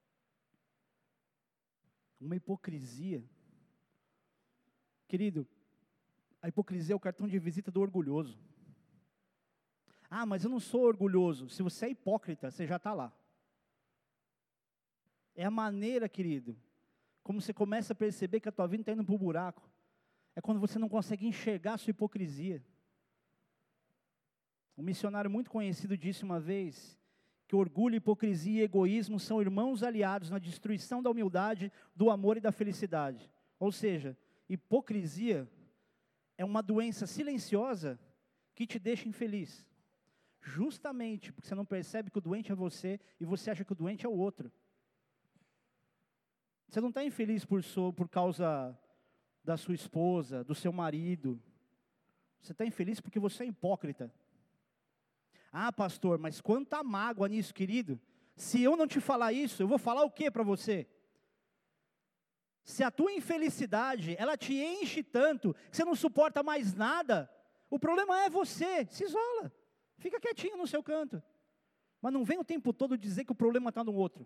uma hipocrisia. Querido, a hipocrisia é o cartão de visita do orgulhoso. Ah, mas eu não sou orgulhoso. Se você é hipócrita, você já está lá. É a maneira, querido, como você começa a perceber que a tua vida está indo para o buraco. É quando você não consegue enxergar a sua hipocrisia. Um missionário muito conhecido disse uma vez que orgulho, hipocrisia e egoísmo são irmãos aliados na destruição da humildade, do amor e da felicidade. Ou seja, hipocrisia é uma doença silenciosa que te deixa infeliz. Justamente porque você não percebe que o doente é você e você acha que o doente é o outro. Você não está infeliz por, so, por causa da sua esposa, do seu marido. Você está infeliz porque você é hipócrita. Ah, pastor, mas quanta mágoa nisso, querido. Se eu não te falar isso, eu vou falar o que para você? Se a tua infelicidade, ela te enche tanto, que você não suporta mais nada, o problema é você, se isola. Fica quietinho no seu canto. Mas não vem o tempo todo dizer que o problema está no outro.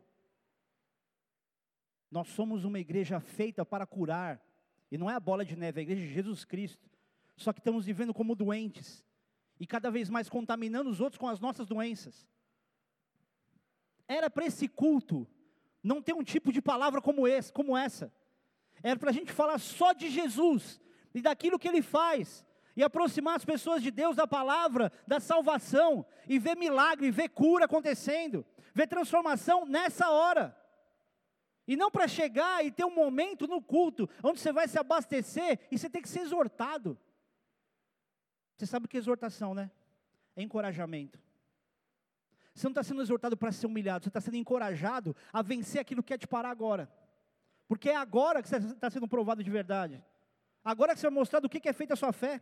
Nós somos uma igreja feita para curar. E não é a bola de neve, é a igreja de Jesus Cristo. Só que estamos vivendo como doentes. E cada vez mais contaminando os outros com as nossas doenças. Era para esse culto não ter um tipo de palavra como, esse, como essa. Era para a gente falar só de Jesus e daquilo que Ele faz. E aproximar as pessoas de Deus, da palavra, da salvação. E ver milagre, ver cura acontecendo. Ver transformação nessa hora. E não para chegar e ter um momento no culto, onde você vai se abastecer e você tem que ser exortado. Você sabe o que é exortação, né? É encorajamento. Você não está sendo exortado para ser humilhado, você está sendo encorajado a vencer aquilo que quer te parar agora. Porque é agora que você está sendo provado de verdade. Agora que você vai mostrar do que é feita a sua fé.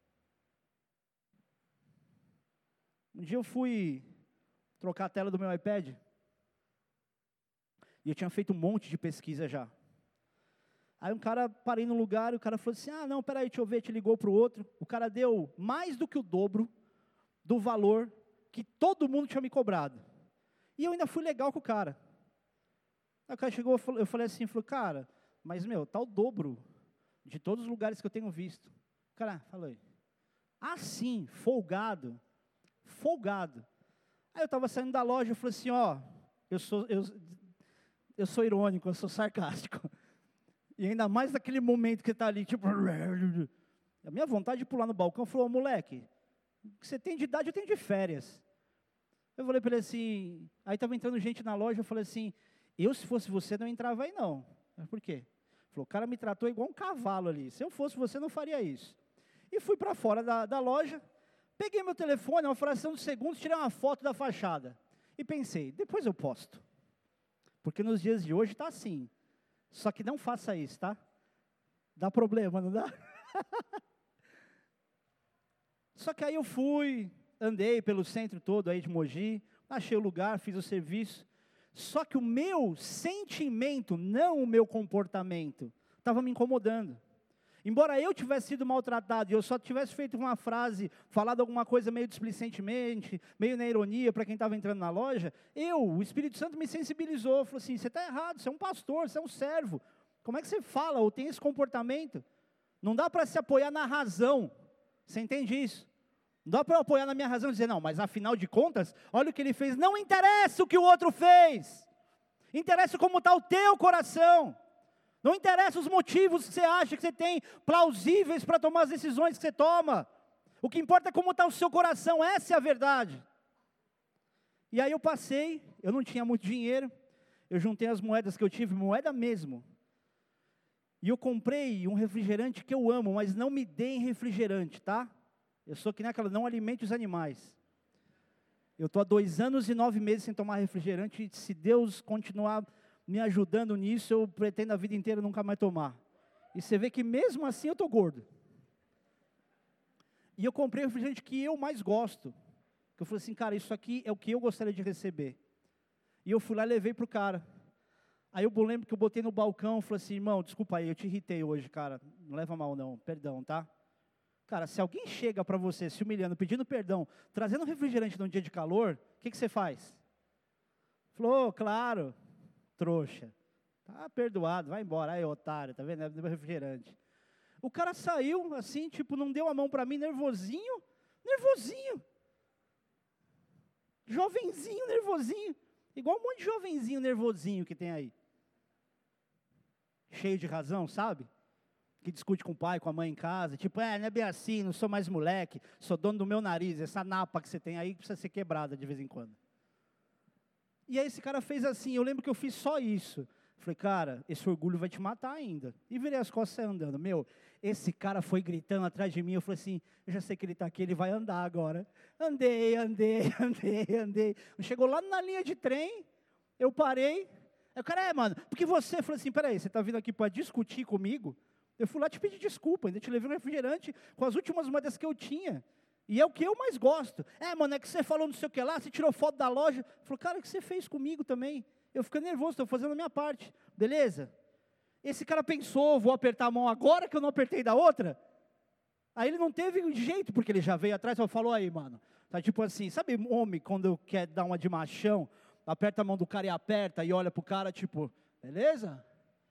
Um dia eu fui trocar a tela do meu iPad. E eu tinha feito um monte de pesquisa já. Aí um cara, parei num lugar, e o cara falou assim, ah não, peraí, deixa eu ver, te ligou para o outro. O cara deu mais do que o dobro do valor que todo mundo tinha me cobrado. E eu ainda fui legal com o cara. Aí o cara chegou, eu falei assim, falou, cara, mas meu, tá o dobro de todos os lugares que eu tenho visto. O cara falou, assim, folgado, folgado. Aí eu estava saindo da loja, eu falei assim, ó, eu sou, eu, eu sou irônico, eu sou sarcástico. E ainda mais naquele momento que está ali, tipo... A minha vontade de pular no balcão, falou, moleque, você tem de idade, eu tenho de férias. Eu falei para ele assim, aí estava entrando gente na loja, eu falei assim, eu se fosse você não entrava aí não. Por quê? Ele falou, o cara me tratou igual um cavalo ali, se eu fosse você não faria isso. E fui para fora da, da loja, peguei meu telefone, uma fração de segundos, tirei uma foto da fachada. E pensei, depois eu posto. Porque nos dias de hoje está assim. Só que não faça isso, tá? Dá problema, não dá? Só que aí eu fui, andei pelo centro todo aí de Mogi, achei o lugar, fiz o serviço. Só que o meu sentimento, não o meu comportamento, estava me incomodando. Embora eu tivesse sido maltratado e eu só tivesse feito uma frase, falado alguma coisa meio displicentemente, meio na ironia para quem estava entrando na loja, eu, o Espírito Santo me sensibilizou, falou assim, você está errado, você é um pastor, você é um servo. Como é que você fala ou tem esse comportamento? Não dá para se apoiar na razão, você entende isso? Não dá para eu apoiar na minha razão e dizer, não, mas afinal de contas, olha o que ele fez, não interessa o que o outro fez, interessa como está o teu coração. Não interessa os motivos que você acha que você tem plausíveis para tomar as decisões que você toma. O que importa é como está o seu coração, essa é a verdade. E aí eu passei, eu não tinha muito dinheiro, eu juntei as moedas que eu tive, moeda mesmo. E eu comprei um refrigerante que eu amo, mas não me deem refrigerante, tá? Eu sou que nem aquela, não alimente os animais. Eu estou há dois anos e nove meses sem tomar refrigerante, e se Deus continuar me ajudando nisso, eu pretendo a vida inteira nunca mais tomar. E você vê que mesmo assim eu estou gordo. E eu comprei o refrigerante que eu mais gosto. Eu falei assim, cara, isso aqui é o que eu gostaria de receber. E eu fui lá e levei para o cara. Aí eu lembro que eu botei no balcão, falei assim, irmão, desculpa aí, eu te irritei hoje, cara. Não leva mal não, perdão, tá? Cara, se alguém chega para você se humilhando, pedindo perdão, trazendo um refrigerante num dia de calor, o que, que você faz? Falou, oh, claro. Trouxa, tá perdoado, vai embora, aí otário, tá vendo, é refrigerante. O cara saiu assim, tipo, não deu a mão para mim, nervosinho, nervosinho, jovenzinho, nervosinho, igual um monte de jovenzinho nervosinho que tem aí, cheio de razão, sabe? Que discute com o pai, com a mãe em casa, tipo, é, não é bem assim, não sou mais moleque, sou dono do meu nariz, essa napa que você tem aí precisa ser quebrada de vez em quando. E aí esse cara fez assim, eu lembro que eu fiz só isso. Falei, cara, esse orgulho vai te matar ainda. E virei as costas e saí andando. Meu, Esse cara foi gritando atrás de mim, eu falei assim, eu já sei que ele está aqui, ele vai andar agora. Andei, andei, andei, andei. Chegou lá na linha de trem, eu parei. Aí o cara, é, mano, porque você, eu falei assim, peraí, você está vindo aqui para discutir comigo? Eu fui lá te pedir desculpa, ainda te levei um refrigerante com as últimas moedas que eu tinha. E é o que eu mais gosto. É, mano, é que você falou não sei o que lá, você tirou foto da loja. Falou, cara, o que você fez comigo também? Eu fico nervoso, estou fazendo a minha parte. Beleza? Esse cara pensou, vou apertar a mão agora que eu não apertei da outra? Aí ele não teve jeito, porque ele já veio atrás e falou, aí, mano. Tá tipo assim, sabe homem, quando quer dar uma de machão, aperta a mão do cara e aperta, e olha pro cara, tipo, beleza?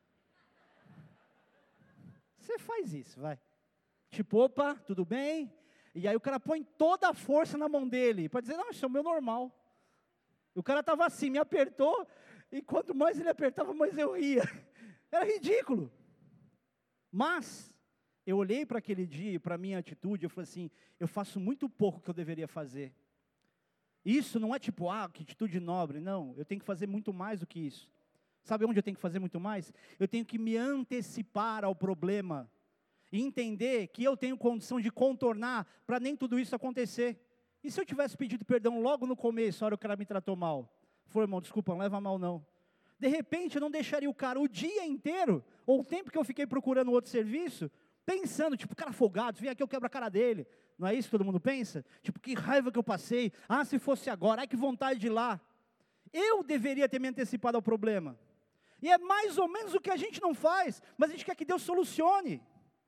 Você faz isso, vai. Tipo, opa, tudo bem? E aí o cara põe toda a força na mão dele, para dizer, não, isso é o meu normal. O cara estava assim, me apertou, e quanto mais ele apertava, mais eu ria. Era ridículo. Mas, eu olhei para aquele dia, para a minha atitude, eu falei assim, eu faço muito pouco que eu deveria fazer. Isso não é tipo, ah, que atitude nobre, não, eu tenho que fazer muito mais do que isso. Sabe onde eu tenho que fazer muito mais? Eu tenho que me antecipar ao problema, e entender que eu tenho condição de contornar, para nem tudo isso acontecer. E se eu tivesse pedido perdão logo no começo, a hora que o cara me tratou mal? Foi, irmão, desculpa, não leva mal não. De repente eu não deixaria o cara o dia inteiro, ou o tempo que eu fiquei procurando outro serviço, pensando, tipo, cara folgado, vem aqui eu quebro a cara dele. Não é isso que todo mundo pensa? Tipo, que raiva que eu passei, ah, se fosse agora, ai que vontade de ir lá. Eu deveria ter me antecipado ao problema. E é mais ou menos o que a gente não faz, mas a gente quer que Deus solucione.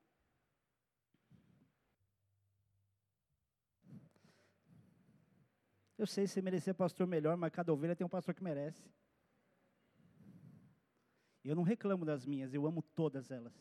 Eu sei se você merecia pastor melhor, mas cada ovelha tem um pastor que merece. Eu não reclamo das minhas, eu amo todas elas.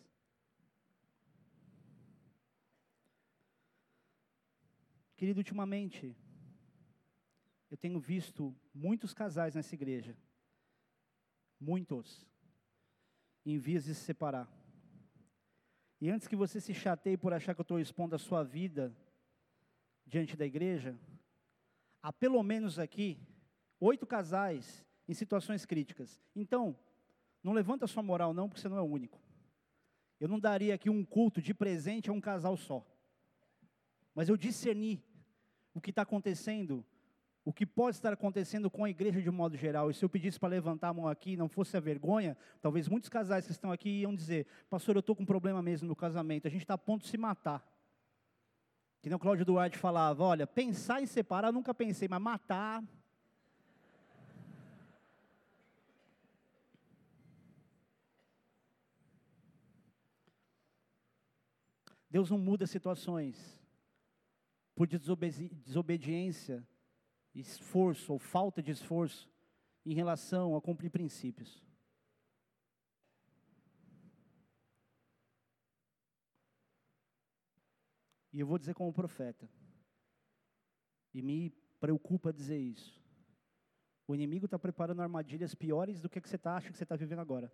Querido, ultimamente, eu tenho visto muitos casais nessa igreja, muitos, em vias de se separar. E antes que você se chateie por achar que eu estou expondo a sua vida diante da igreja, há pelo menos aqui, oito casais em situações críticas. Então, não levanta a sua moral não, porque você não é o único. Eu não daria aqui um culto de presente a um casal só. Mas eu discerni o que está acontecendo, o que pode estar acontecendo com a igreja de um modo geral. E se eu pedisse para levantar a mão aqui, não fosse a vergonha, talvez muitos casais que estão aqui iam dizer, pastor, eu estou com um problema mesmo no casamento, a gente está a ponto de se matar. Que nem o Cláudio Duarte falava, olha, pensar em separar eu nunca pensei, mas matar... Deus não muda situações por desobedi- desobediência, esforço ou falta de esforço em relação a cumprir princípios. E eu vou dizer como profeta, e me preocupa dizer isso. O inimigo está preparando armadilhas piores do que, que você tá, acha que você está vivendo agora.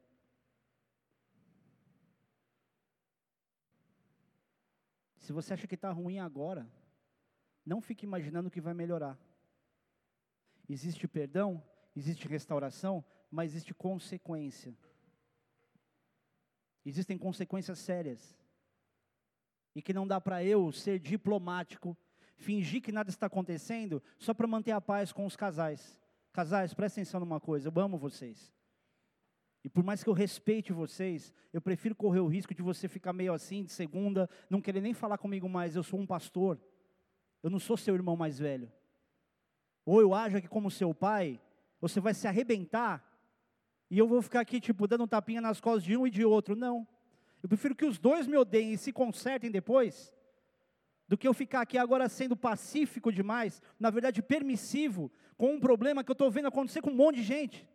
Se você acha que está ruim agora, não fique imaginando que vai melhorar. Existe perdão, existe restauração, mas existe consequência. Existem consequências sérias. E que não dá para eu ser diplomático, fingir que nada está acontecendo, só para manter a paz com os casais. Casais, prestem atenção numa coisa, eu amo vocês. E por mais que eu respeite vocês, eu prefiro correr o risco de você ficar meio assim, de segunda, não querer nem falar comigo mais, eu sou um pastor. Eu não sou seu irmão mais velho. Ou eu ajo aqui como seu pai, você vai se arrebentar, e eu vou ficar aqui, tipo, dando um tapinha nas costas de um e de outro. Não. Eu prefiro que os dois me odeiem e se consertem depois, do que eu ficar aqui agora sendo pacífico demais, na verdade permissivo, com um problema que eu estou vendo acontecer com um monte de gente.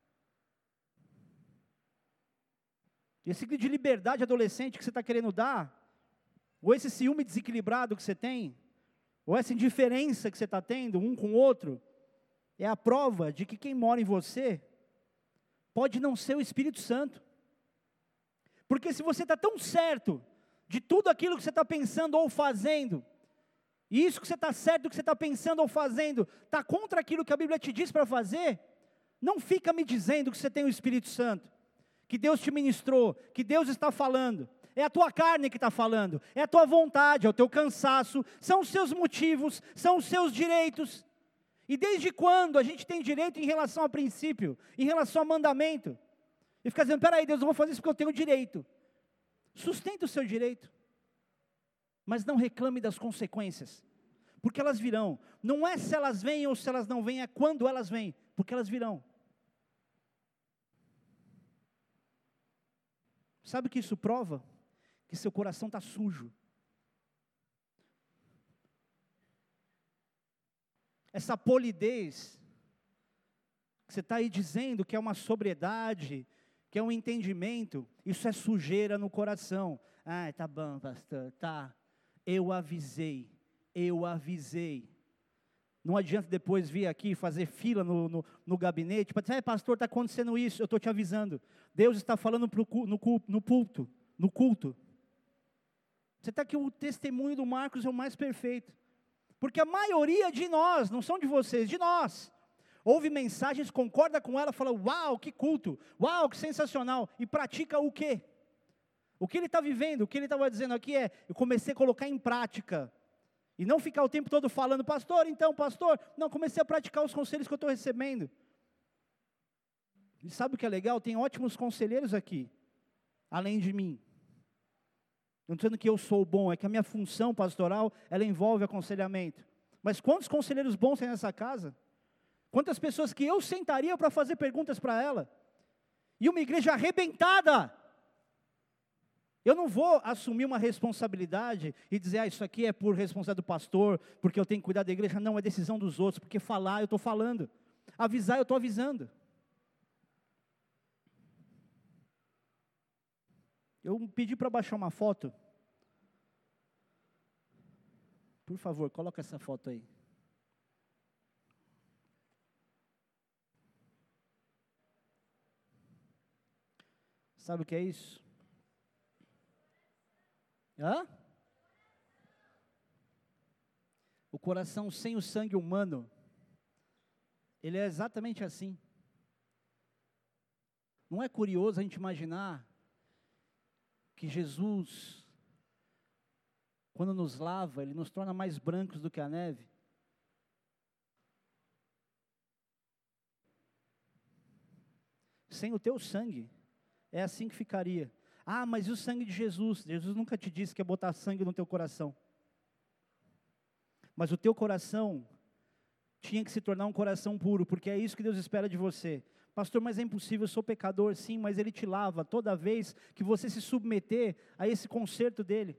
Esse grito de liberdade adolescente que você está querendo dar, ou esse ciúme desequilibrado que você tem, ou essa indiferença que você está tendo um com o outro, é a prova de que quem mora em você pode não ser o Espírito Santo. Porque se você está tão certo de tudo aquilo que você está pensando ou fazendo, e isso que você está certo do que você está pensando ou fazendo, está contra aquilo que a Bíblia te diz para fazer, não fica me dizendo que você tem o Espírito Santo, que Deus te ministrou, que Deus está falando. É a tua carne que está falando, é a tua vontade, é o teu cansaço, são os seus motivos, são os seus direitos. E desde quando a gente tem direito em relação a princípio, em relação a mandamento? E fica dizendo, peraí, Deus, eu vou fazer isso porque eu tenho direito. Sustenta o seu direito, mas não reclame das consequências, porque elas virão. Não é se elas vêm ou se elas não vêm, é quando elas vêm, porque elas virão. Sabe o que isso prova? Que seu coração está sujo. Essa polidez, que você está aí dizendo que é uma sobriedade, que é um entendimento, isso é sujeira no coração. Ah, tá bom, pastor, tá. Eu avisei, eu avisei. Não adianta depois vir aqui fazer fila no, no, no gabinete, para dizer, ah, pastor, está acontecendo isso, eu estou te avisando. Deus está falando pro, no, no culto, no culto. Você está aqui, o testemunho do Marcos é o mais perfeito. Porque a maioria de nós, não são de vocês, de nós, ouve mensagens, concorda com ela, fala, uau, que culto, uau, que sensacional, e pratica o quê? O que ele está vivendo, o que ele estava dizendo aqui é, eu comecei a colocar em prática, e não ficar o tempo todo falando, pastor, então, pastor, não, comecei a praticar os conselhos que eu estou recebendo. E sabe o que é legal? Tem ótimos conselheiros aqui, além de mim. Não estou dizendo que eu sou bom, é que a minha função pastoral, ela envolve aconselhamento. Mas quantos conselheiros bons tem nessa casa? Quantas pessoas que eu sentaria para fazer perguntas para ela? E uma igreja arrebentada. Eu não vou assumir uma responsabilidade e dizer, ah, isso aqui é por responsabilidade do pastor, porque eu tenho que cuidar da igreja. Não, é decisão dos outros, porque falar eu estou falando. Avisar eu estou avisando. Eu pedi para baixar uma foto. Por favor, coloca essa foto aí. Sabe o que é isso? Hã? O coração sem o sangue humano, ele é exatamente assim. Não é curioso a gente imaginar que Jesus, quando nos lava, Ele nos torna mais brancos do que a neve? Sem o teu sangue, é assim que ficaria. Ah, mas e o sangue de Jesus? Jesus nunca te disse que é botar sangue no teu coração. Mas o teu coração tinha que se tornar um coração puro, porque é isso que Deus espera de você. Pastor, mas é impossível, eu sou pecador, sim, mas Ele te lava toda vez que você se submeter a esse conserto dEle.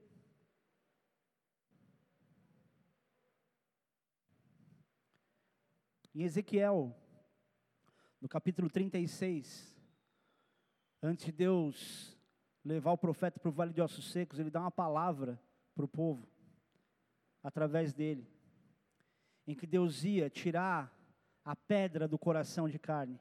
Em Ezequiel, no capítulo trinta e seis, antes de Deus levar o profeta para o vale de ossos secos, Ele dá uma palavra para o povo, através dele, em que Deus ia tirar a pedra do coração de carne.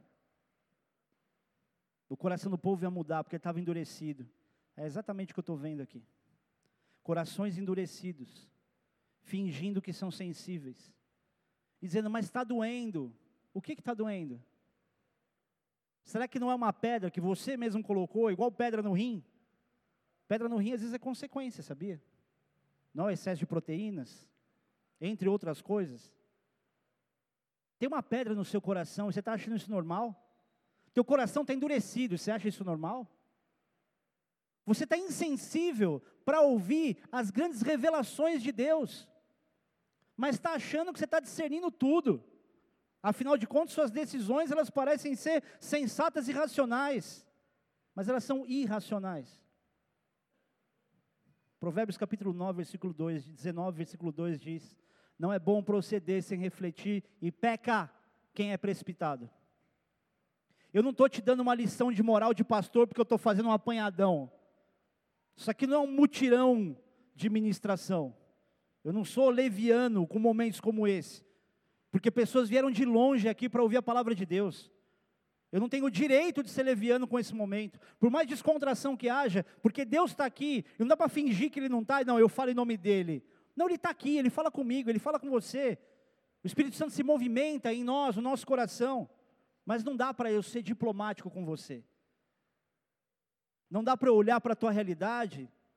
O coração do povo ia mudar, porque ele estava endurecido. É exatamente o que eu estou vendo aqui. Corações endurecidos, fingindo que são sensíveis. E dizendo, mas está doendo. O que está doendo? Será que não é uma pedra que você mesmo colocou, igual pedra no rim? Pedra no rim às vezes é consequência, sabia? Não é excesso de proteínas, entre outras coisas. Tem uma pedra no seu coração, e você está achando isso normal? Teu coração está endurecido, você acha isso normal? Você está insensível para ouvir as grandes revelações de Deus, mas está achando que você está discernindo tudo. Afinal de contas, suas decisões, elas parecem ser sensatas e racionais, mas elas são irracionais. Provérbios capítulo nove, versículo dois, dezenove, versículo dois diz, não é bom proceder sem refletir, e peca quem é precipitado. Eu não estou te dando uma lição de moral de pastor, porque eu estou fazendo um apanhadão. Isso aqui não é um mutirão de ministração. Eu não sou leviano com momentos como esse, porque pessoas vieram de longe aqui para ouvir a palavra de Deus. Eu não tenho o direito de ser leviano com esse momento, por mais descontração que haja, porque Deus está aqui, e não dá para fingir que Ele não está, não, eu falo em nome dEle. Não, Ele está aqui, Ele fala comigo, Ele fala com você. O Espírito Santo se movimenta em nós, no nosso coração, mas não dá para eu ser diplomático com você. Não dá para eu olhar para a tua realidade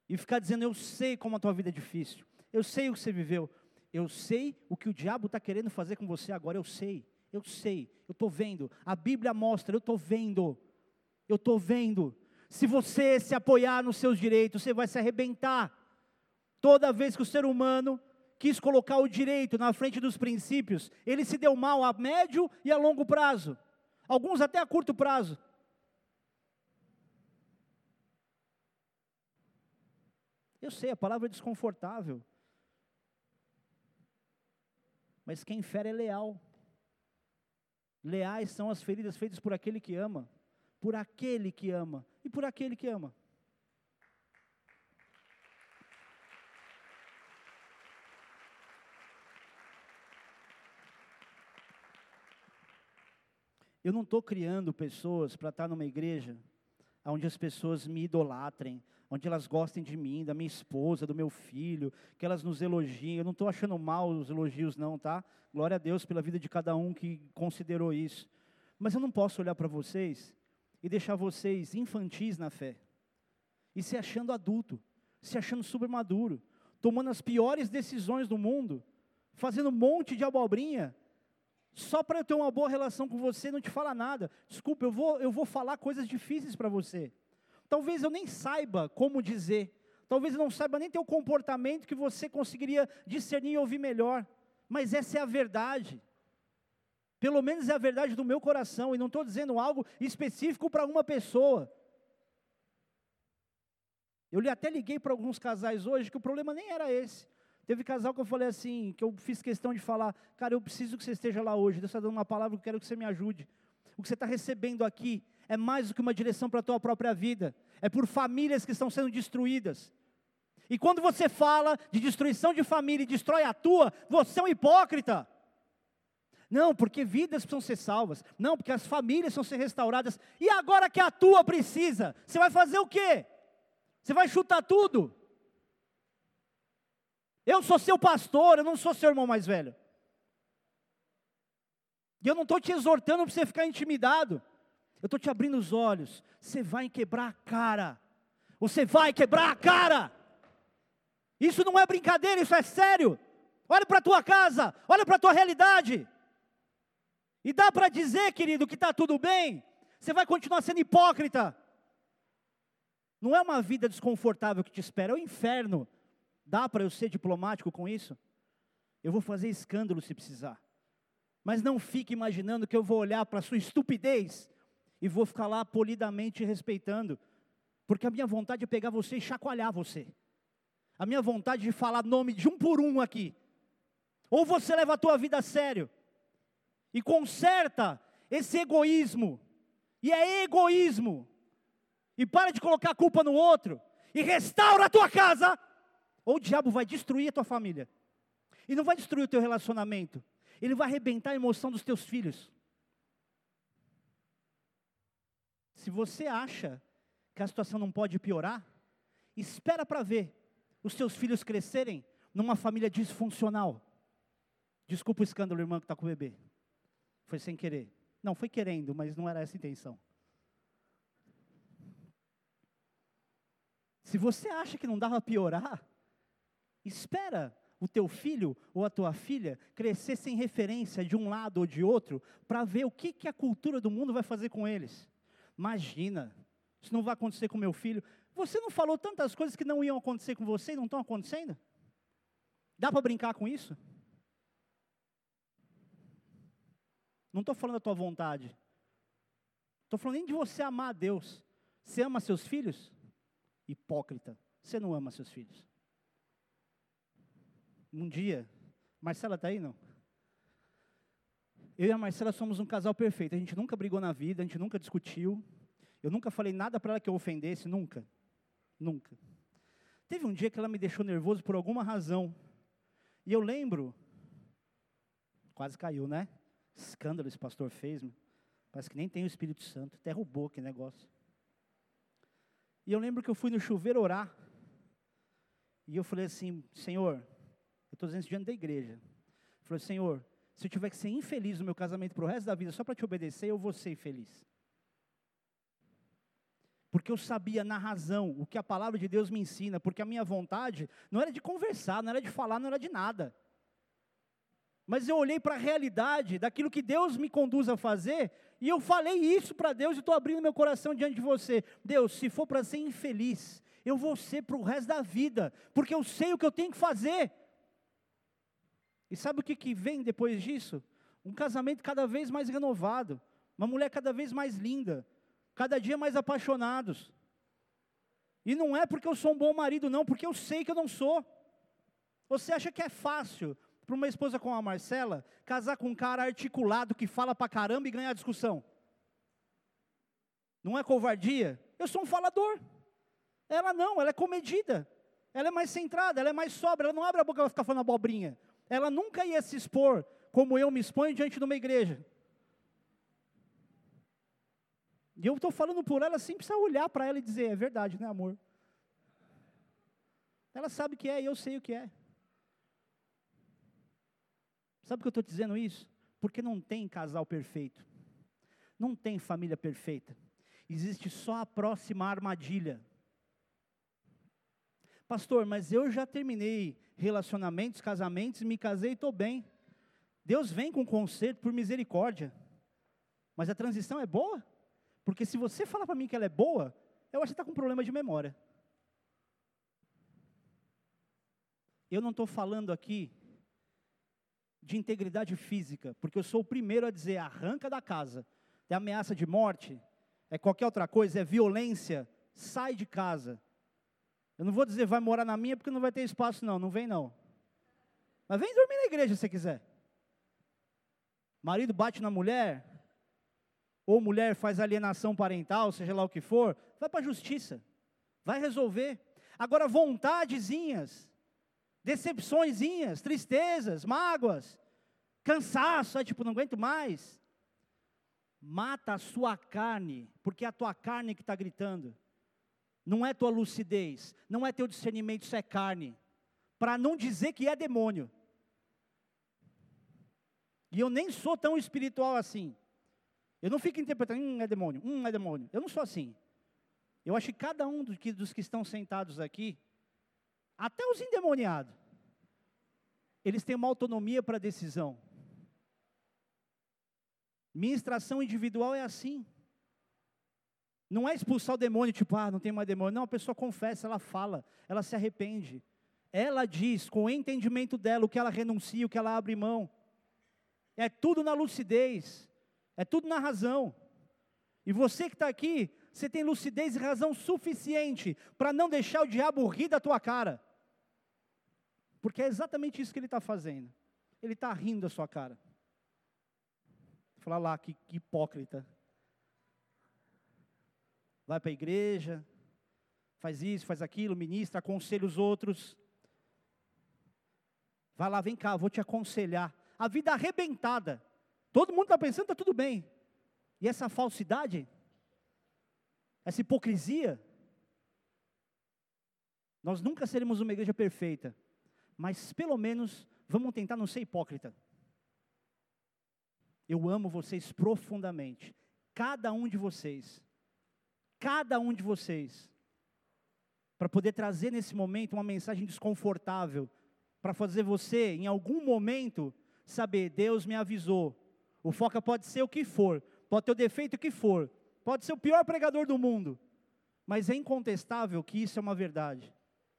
e ficar dizendo, eu sei como a tua vida é difícil, eu sei o que você viveu, eu sei o que o diabo está querendo fazer com você agora, eu sei, eu sei, eu estou vendo, a Bíblia mostra, eu estou vendo, eu estou vendo, se você se apoiar nos seus direitos, você vai se arrebentar, toda vez que o ser humano quis colocar o direito na frente dos princípios, ele se deu mal a médio e a longo prazo, alguns até a curto prazo. Eu sei, a palavra é desconfortável, mas quem fere é leal. Leais são as feridas feitas por aquele que ama, por aquele que ama e por aquele que ama. Eu não estou criando pessoas para estar numa igreja onde as pessoas me idolatrem, onde elas gostem de mim, da minha esposa, do meu filho, que elas nos elogiem. Eu não estou achando mal os elogios não, tá? Glória a Deus pela vida de cada um que considerou isso. Mas eu não posso olhar para vocês e deixar vocês infantis na fé. E se achando adulto, se achando super maduro, tomando as piores decisões do mundo, fazendo um monte de abobrinha, só para eu ter uma boa relação com você, não te falar nada. Desculpa, eu vou, eu vou falar coisas difíceis para você. Talvez eu nem saiba como dizer. Talvez eu não saiba nem ter o comportamento que você conseguiria discernir e ouvir melhor. Mas essa é a verdade. Pelo menos é a verdade do meu coração. E não estou dizendo algo específico para uma pessoa. Eu até liguei para alguns casais hoje que o problema nem era esse. Teve casal que eu falei assim, que eu fiz questão de falar, cara, eu preciso que você esteja lá hoje, Deus está dando uma palavra, eu quero que você me ajude. O que você está recebendo aqui é mais do que uma direção para a tua própria vida, é por famílias que estão sendo destruídas. E quando você fala de destruição de família e destrói a tua, você é um hipócrita. Não, porque vidas precisam ser salvas, não, porque as famílias precisam ser restauradas, e agora que a tua precisa, você vai fazer o quê? Você vai chutar tudo? Eu sou seu pastor, eu não sou seu irmão mais velho. E eu não estou te exortando para você ficar intimidado. Eu estou te abrindo os olhos. Você vai quebrar a cara. Você vai quebrar a cara. Isso não é brincadeira, isso é sério. Olha para a tua casa, olha para a tua realidade. E dá para dizer, querido, que está tudo bem. Você vai continuar sendo hipócrita. Não é uma vida desconfortável que te espera, é o inferno. Dá para eu ser diplomático com isso? Eu vou fazer escândalo se precisar. Mas não fique imaginando que eu vou olhar para a sua estupidez e vou ficar lá polidamente respeitando. Porque a minha vontade é pegar você e chacoalhar você. A minha vontade de falar nome de um por um aqui. Ou você leva a tua vida a sério e conserta esse egoísmo. E é egoísmo. E para de colocar a culpa no outro. E restaura a tua casa. Ou o diabo vai destruir a tua família. E não vai destruir o teu relacionamento. Ele vai arrebentar a emoção dos teus filhos. Se você acha que a situação não pode piorar, espera para ver os teus filhos crescerem numa família disfuncional. Desculpa o escândalo, irmã, que está com o bebê. Foi sem querer. Não, foi querendo, mas não era essa a intenção. Se você acha que não dava para piorar, espera o teu filho ou a tua filha crescer sem referência de um lado ou de outro, para ver o que, que a cultura do mundo vai fazer com eles. Imagina, isso não vai acontecer com meu filho. Você não falou tantas coisas que não iam acontecer com você e não estão acontecendo? Dá para brincar com isso? Não estou falando da tua vontade. Estou falando nem de você amar a Deus. Você ama seus filhos? Hipócrita, você não ama seus filhos. Um dia, Marcela está aí, não? Eu e a Marcela somos um casal perfeito, a gente nunca brigou na vida, a gente nunca discutiu, eu nunca falei nada para ela que eu ofendesse, nunca, nunca. Teve um dia que ela me deixou nervoso por alguma razão, e eu lembro, quase caiu, né? Escândalo esse pastor fez, parece que nem tem o Espírito Santo, até roubou aquele negócio. E eu lembro que eu fui no chuveiro orar, e eu falei assim, Senhor, eu estou dizendo isso diante da igreja. Eu falei, Senhor, se eu tiver que ser infeliz no meu casamento para o resto da vida, só para te obedecer, eu vou ser infeliz. porque eu sabia na razão o que a palavra de Deus me ensina, porque a minha vontade não era de conversar, não era de falar, não era de nada. Mas eu olhei para a realidade daquilo que Deus me conduz a fazer, e eu falei isso para Deus, e estou abrindo meu coração diante de você. Deus, se for para ser infeliz, eu vou ser para o resto da vida, porque eu sei o que eu tenho que fazer. E sabe o que, que vem depois disso? Um casamento cada vez mais renovado, uma mulher cada vez mais linda, cada dia mais apaixonados. E não é porque eu sou um bom marido, não, porque eu sei que eu não sou. Você acha que é fácil para uma esposa como a Marcela casar com um cara articulado que fala pra caramba e ganhar discussão? Não é covardia? Eu sou um falador. Ela não, ela é comedida. Ela é mais centrada, ela é mais sóbria, ela não abre a boca e vai ficar falando abobrinha. Ela nunca ia se expor como eu me exponho diante de uma igreja. E eu estou falando por ela sem precisar olhar para ela e dizer, é verdade, né, amor? Ela sabe o que é e eu sei o que é. Sabe por que eu estou dizendo isso? Porque não tem casal perfeito. Não tem família perfeita. Existe só a próxima armadilha. Pastor, mas eu já terminei relacionamentos, casamentos, me casei e estou bem. Deus vem com conserto por misericórdia. Mas a transição é boa? Porque se você falar para mim que ela é boa, eu acho que está com problema de memória. Eu não estou falando aqui de integridade física, porque eu sou o primeiro a dizer, arranca da casa. É ameaça de morte, é qualquer outra coisa, é violência, sai de casa. Eu não vou dizer vai morar na minha porque não vai ter espaço não, não vem não. Mas vem dormir na igreja se você quiser. Marido bate na mulher, ou mulher faz alienação parental, seja lá o que for, vai para a justiça, vai resolver. Agora vontadezinhas, decepçõezinhas, tristezas, mágoas, cansaço, é tipo, não aguento mais. Mata a sua carne, porque é a tua carne que está gritando. Não é tua lucidez, não é teu discernimento, isso é carne. Para não dizer que é demônio. E eu nem sou tão espiritual assim. Eu não fico interpretando, hum, é demônio, hum, é demônio. Eu não sou assim. Eu acho que cada um dos que, dos que estão sentados aqui, até os endemoniados, eles têm uma autonomia para decisão. Ministração individual é assim. Não é expulsar o demônio, tipo, ah, não tem mais demônio. Não, a pessoa confessa, ela fala, ela se arrepende. Ela diz, com o entendimento dela, o que ela renuncia, o que ela abre mão. É tudo na lucidez, é tudo na razão. E você que está aqui, você tem lucidez e razão suficiente para não deixar o diabo rir da tua cara. Porque é exatamente isso que ele está fazendo. Ele está rindo da sua cara. Fala lá, que, que hipócrita. Vai para a igreja, faz isso, faz aquilo, ministra, aconselha os outros. Vai lá, vem cá, eu vou te aconselhar. A vida arrebentada. Todo mundo está pensando, está tudo bem. E essa falsidade, essa hipocrisia, nós nunca seremos uma igreja perfeita, mas pelo menos vamos tentar não ser hipócrita. Eu amo vocês profundamente, cada um de vocês, cada um de vocês, para poder trazer nesse momento uma mensagem desconfortável, para fazer você, em algum momento, saber, Deus me avisou, o Foca pode ser o que for, pode ter o defeito que for, pode ser o pior pregador do mundo, mas é incontestável que isso é uma verdade.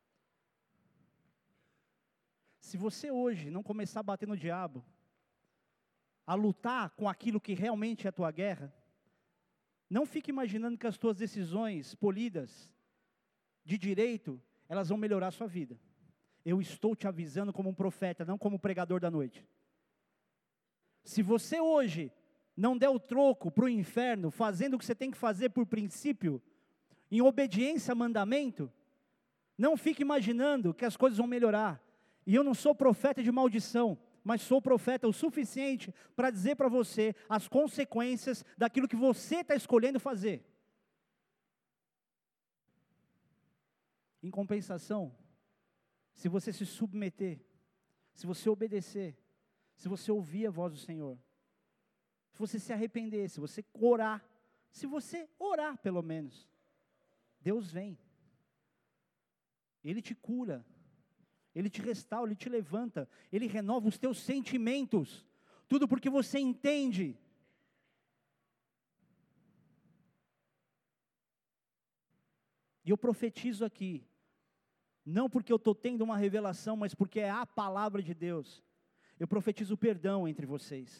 Se você hoje não começar a bater no diabo, a lutar com aquilo que realmente é a tua guerra, não fique imaginando que as tuas decisões polidas, de direito, elas vão melhorar a sua vida. Eu estou te avisando como um profeta, não como pregador da noite. Se você hoje não der o troco para o inferno, fazendo o que você tem que fazer por princípio, em obediência a mandamento, não fique imaginando que as coisas vão melhorar. E eu não sou profeta de maldição, mas sou profeta o suficiente para dizer para você as consequências daquilo que você está escolhendo fazer. Em compensação, se você se submeter, se você obedecer, se você ouvir a voz do Senhor, se você se arrepender, se você orar, se você orar pelo menos, Deus vem. Ele te cura. Ele te restaura, Ele te levanta. Ele renova os teus sentimentos. Tudo porque você entende. E eu profetizo aqui, não porque eu estou tendo uma revelação, mas porque é a palavra de Deus. Eu profetizo perdão entre vocês.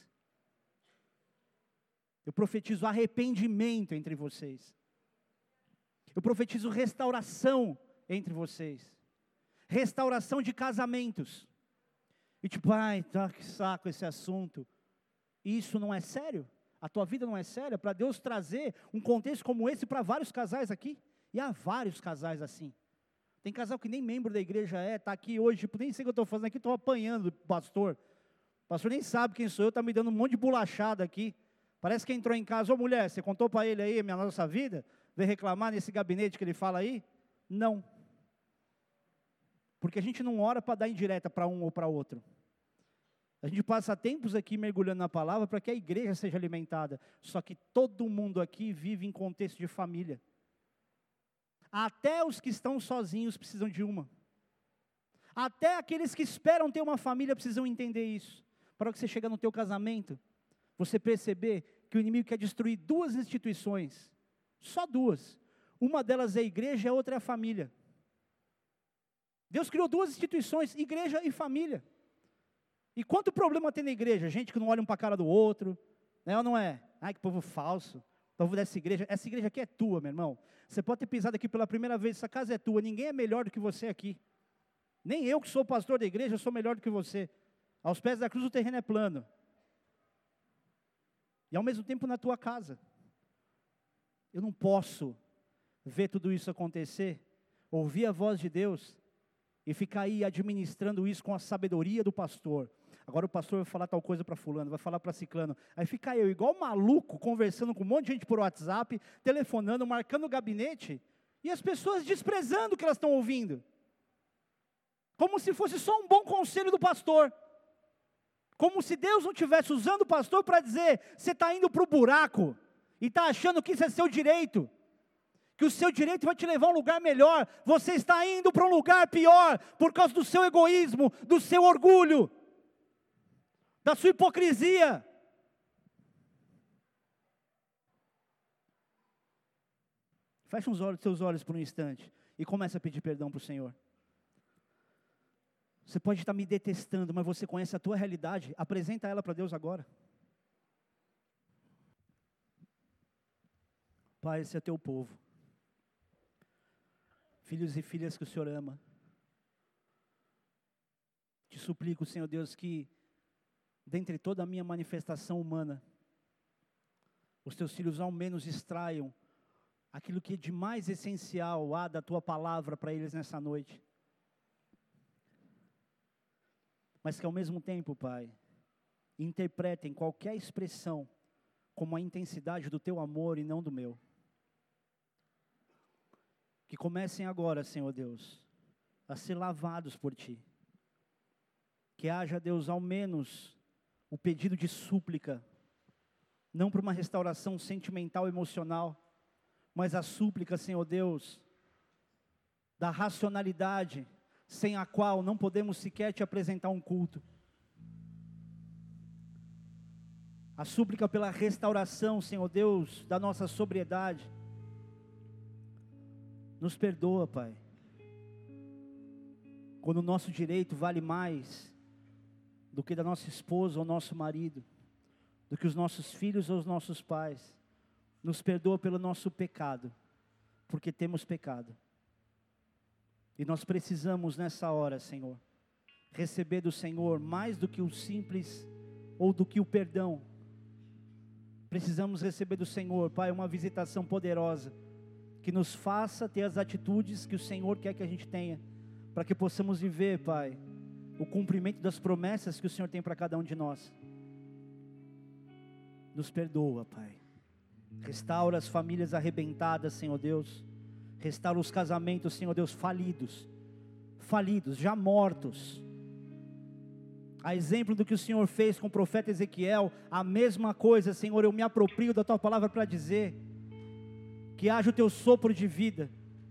Eu profetizo arrependimento entre vocês. Eu profetizo restauração entre vocês. Restauração de casamentos. E tipo, ai, tá, que saco esse assunto. Isso não é sério? A tua vida não é séria? Para Deus trazer um contexto como esse para vários casais aqui? E há vários casais assim. Tem casal que nem membro da igreja é, está aqui hoje, tipo, nem sei o que eu estou fazendo aqui, estou apanhando o pastor. O pastor nem sabe quem sou eu, está me dando um monte de bolachada aqui. Parece que entrou em casa, ô mulher, você contou para ele aí a minha nossa vida? Veio reclamar nesse gabinete que ele fala aí? Não. Porque a gente não ora para dar indireta para um ou para outro. A gente passa tempos aqui mergulhando na palavra para que a igreja seja alimentada. Só que todo mundo aqui vive em contexto de família. Até os que estão sozinhos precisam de uma. Até aqueles que esperam ter uma família precisam entender isso. Para que você chegar no teu casamento, você perceber que o inimigo quer destruir duas instituições. Só duas. Uma delas é a igreja e a outra é a família. Deus criou duas instituições, igreja e família. E quanto problema tem na igreja? Gente que não olha um para a cara do outro, né, ou não é? Ai, que povo falso. O povo dessa igreja, essa igreja aqui é tua, meu irmão. Você pode ter pisado aqui pela primeira vez, essa casa é tua, ninguém é melhor do que você aqui. Nem eu que sou pastor da igreja, sou melhor do que você. Aos pés da cruz o terreno é plano. E ao mesmo tempo na tua casa. Eu não posso ver tudo isso acontecer, ouvir a voz de Deus e ficar aí administrando isso com a sabedoria do pastor. Agora o pastor vai falar tal coisa para fulano, vai falar para ciclano. Aí fica eu, igual maluco, conversando com um monte de gente por WhatsApp, telefonando, marcando o gabinete, e as pessoas desprezando o que elas estão ouvindo. Como se fosse só um bom conselho do pastor. Como se Deus não estivesse usando o pastor para dizer, você está indo para o buraco, e está achando que isso é seu direito. Que o seu direito vai te levar a um lugar melhor. Você está indo para um lugar pior, por causa do seu egoísmo, do seu orgulho, da sua hipocrisia. Fecha os olhos, seus olhos por um instante e comece a pedir perdão para o Senhor. Você pode estar me detestando, mas você conhece a tua realidade, apresenta ela para Deus agora. Pai, esse é teu povo. Filhos e filhas que o Senhor ama. Te suplico, Senhor Deus, que dentre toda a minha manifestação humana, os teus filhos ao menos extraiam aquilo que de mais essencial há da tua palavra para eles nessa noite. Mas que ao mesmo tempo, Pai, interpretem qualquer expressão como a intensidade do teu amor e não do meu. Que comecem agora, Senhor Deus, a ser lavados por Ti. Que haja, Deus, ao menos o pedido de súplica, não para uma restauração sentimental, emocional, mas a súplica, Senhor Deus, da racionalidade, sem a qual não podemos sequer Te apresentar um culto. A súplica pela restauração, Senhor Deus, da nossa sobriedade. Nos perdoa, Pai, quando o nosso direito vale mais do que da nossa esposa ou nosso marido, do que os nossos filhos ou os nossos pais. Nos perdoa pelo nosso pecado, porque temos pecado. E nós precisamos nessa hora, Senhor, receber do Senhor mais do que o simples ou do que o perdão. Precisamos receber do Senhor, Pai, uma visitação poderosa, que nos faça ter as atitudes que o Senhor quer que a gente tenha, para que possamos viver, Pai, o cumprimento das promessas que o Senhor tem para cada um de nós. Nos perdoa, Pai. Restaura as famílias arrebentadas, Senhor Deus. Restaura os casamentos, Senhor Deus, falidos. Falidos, já mortos. A exemplo do que o Senhor fez com o profeta Ezequiel, a mesma coisa, Senhor, eu me aproprio da Tua palavra para dizer que haja o Teu sopro de vida,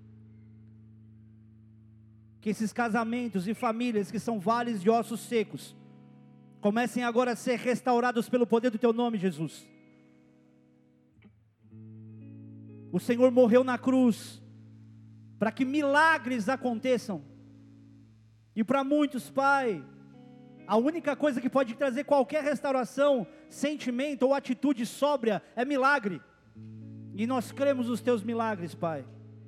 Que esses casamentos e famílias que são vales de ossos secos comecem agora a ser restaurados pelo poder do Teu nome, Jesus. O Senhor morreu na cruz para que milagres aconteçam. E para muitos, Pai, a única coisa que pode trazer qualquer restauração, sentimento ou atitude sóbria é milagre. E nós cremos nos Teus milagres, Pai.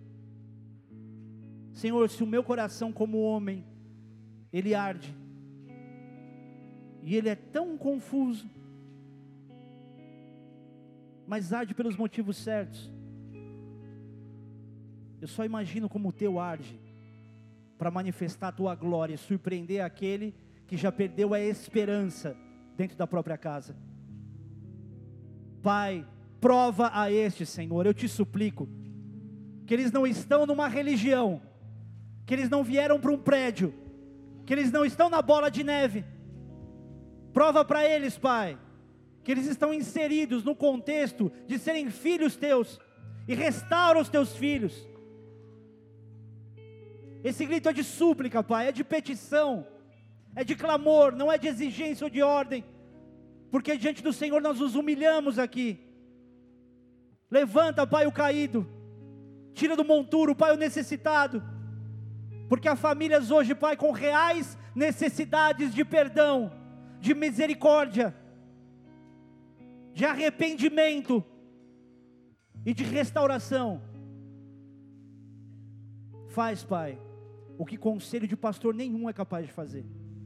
Senhor, se o meu coração como homem, ele arde, e ele é tão confuso, mas arde pelos motivos certos, eu só imagino como o Teu arde, para manifestar a Tua glória e surpreender aquele que já perdeu a esperança dentro da própria casa. Pai, prova a este, Senhor, eu te suplico, que eles não estão numa religião, que eles não vieram para um prédio, que eles não estão na bola de neve. Prova para eles, Pai, que eles estão inseridos no contexto de serem filhos Teus, e restaura os Teus filhos. Esse grito é de súplica, Pai, é de petição, é de clamor, não é de exigência ou de ordem, porque diante do Senhor nós nos humilhamos aqui. Levanta, Pai, o caído, tira do monturo, Pai, o necessitado, porque há famílias hoje, Pai, com reais necessidades de perdão, de misericórdia, de arrependimento e de restauração. Faz, Pai, o que conselho de pastor nenhum é capaz de fazer.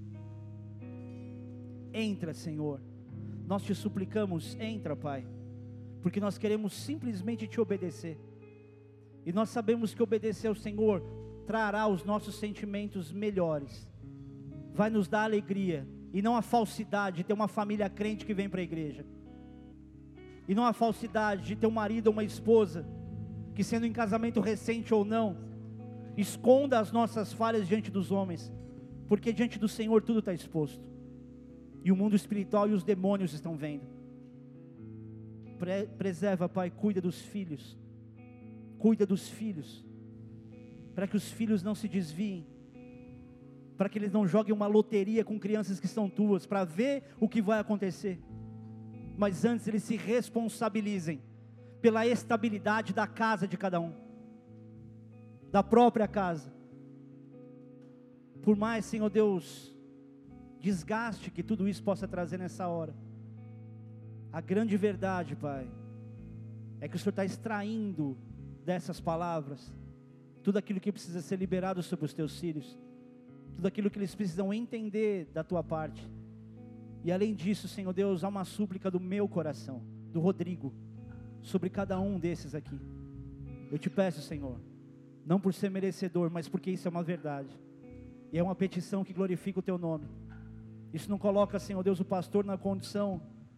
Entra, Senhor, nós te suplicamos, entra, Pai, porque nós queremos simplesmente te obedecer, e nós sabemos que obedecer ao Senhor trará os nossos sentimentos melhores, vai nos dar alegria, e não a falsidade de ter uma família crente que vem para a igreja, e não a falsidade de ter um marido ou uma esposa, que sendo em casamento recente ou não, esconda as nossas falhas diante dos homens, porque diante do Senhor tudo está exposto, e o mundo espiritual e os demônios estão vendo. Pre- preserva, Pai, cuida dos filhos, cuida dos filhos, para que os filhos não se desviem, para que eles não joguem uma loteria com crianças que são tuas, para ver o que vai acontecer, mas antes eles se responsabilizem pela estabilidade da casa de cada um, da própria casa. Por mais, Senhor Deus, desgaste que tudo isso possa trazer nessa hora, a grande verdade, Pai, é que o Senhor está extraindo dessas palavras tudo aquilo que precisa ser liberado sobre os Teus filhos, tudo aquilo que eles precisam entender da Tua parte. E além disso, Senhor Deus, há uma súplica do meu coração, do Rodrigo, sobre cada um desses aqui. Eu te peço, Senhor, não por ser merecedor, mas porque isso é uma verdade, e é uma petição que glorifica o Teu nome. Isso não coloca, Senhor Deus, o pastor na condição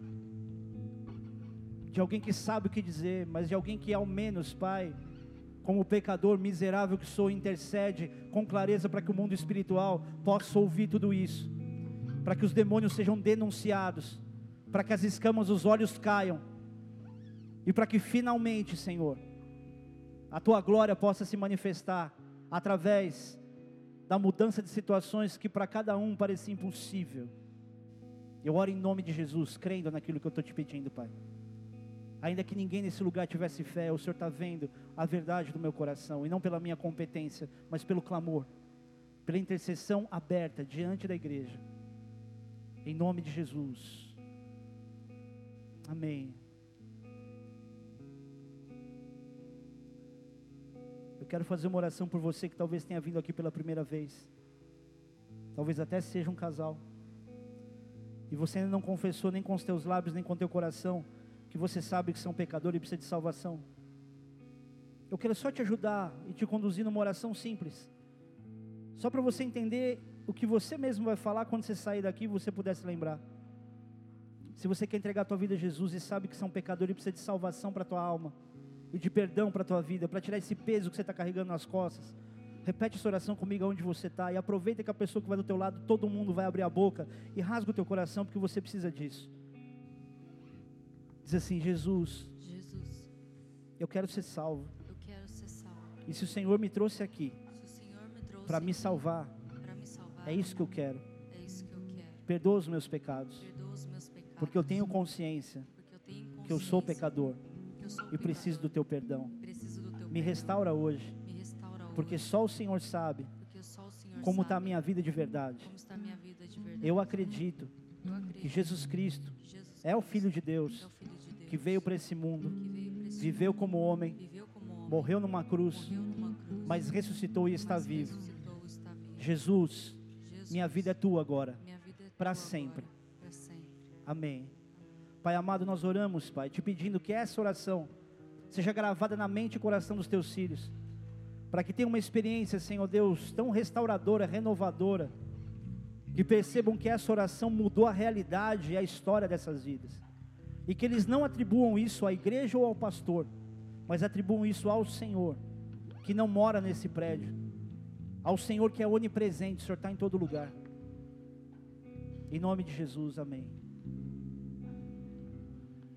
de alguém que sabe o que dizer, mas de alguém que ao menos, Pai, como pecador miserável que sou, intercede com clareza para que o mundo espiritual possa ouvir tudo isso, para que os demônios sejam denunciados, para que as escamas dos olhos caiam, e para que finalmente, Senhor, a Tua glória possa se manifestar através da mudança de situações que para cada um parecia impossível. Eu oro em nome de Jesus, crendo naquilo que eu estou te pedindo, Pai. Ainda que ninguém nesse lugar tivesse fé, o Senhor está vendo a verdade do meu coração, e não pela minha competência, mas pelo clamor, pela intercessão aberta diante da igreja, em nome de Jesus, amém. Eu quero fazer uma oração por você que talvez tenha vindo aqui pela primeira vez, talvez até seja um casal, e você ainda não confessou nem com os teus lábios, nem com o teu coração, que você sabe que são pecador e precisa de salvação. Eu quero só te ajudar e te conduzir numa oração simples, só para você entender o que você mesmo vai falar quando você sair daqui, você pudesse lembrar. Se você quer entregar a tua vida a Jesus e sabe que são pecador e precisa de salvação para a tua alma, e de perdão para a tua vida, para tirar esse peso que você está carregando nas costas, repete essa oração comigo onde você está, e aproveita que a pessoa que vai do teu lado, todo mundo vai abrir a boca, e rasga o teu coração, porque você precisa disso. Diz assim: Jesus, Jesus, eu quero ser salvo, eu quero ser salvo. e se o Senhor me trouxe aqui, Se o Senhor me trouxe para me salvar. para me salvar. É isso que eu quero. É isso que eu quero. Perdoa os meus pecados, Perdoa os meus pecados. porque eu tenho consciência Porque eu tenho que eu sou consciência pecador que eu sou e pecador. preciso do teu perdão. Preciso do teu Me perdão. restaura hoje, Me restaura hoje. porque só o Senhor sabe Porque só o Senhor como está a sabe minha vida de verdade. como está a minha vida de verdade. Eu acredito Eu acredito que Jesus Cristo que Jesus é o Cristo Filho de é Deus, o Filho de Deus, que veio para esse mundo, que veio para esse viveu mundo, como homem, viveu como homem, morreu numa cruz, morreu numa cruz, mas ressuscitou e está mas vivo. ressuscitou e está vivo. Jesus, Jesus, minha vida é tua agora, minha vida é para tua sempre. agora, para sempre. Amém. Pai amado, nós oramos, Pai, te pedindo que essa oração seja gravada na mente e coração dos teus filhos, para que tenham uma experiência, Senhor Deus, tão restauradora, renovadora, que percebam que essa oração mudou a realidade e a história dessas vidas, e que eles não atribuam isso à igreja ou ao pastor, mas atribuam isso ao Senhor, que não mora nesse prédio, ao Senhor que é onipresente. O Senhor está em todo lugar. Em nome de Jesus, amém.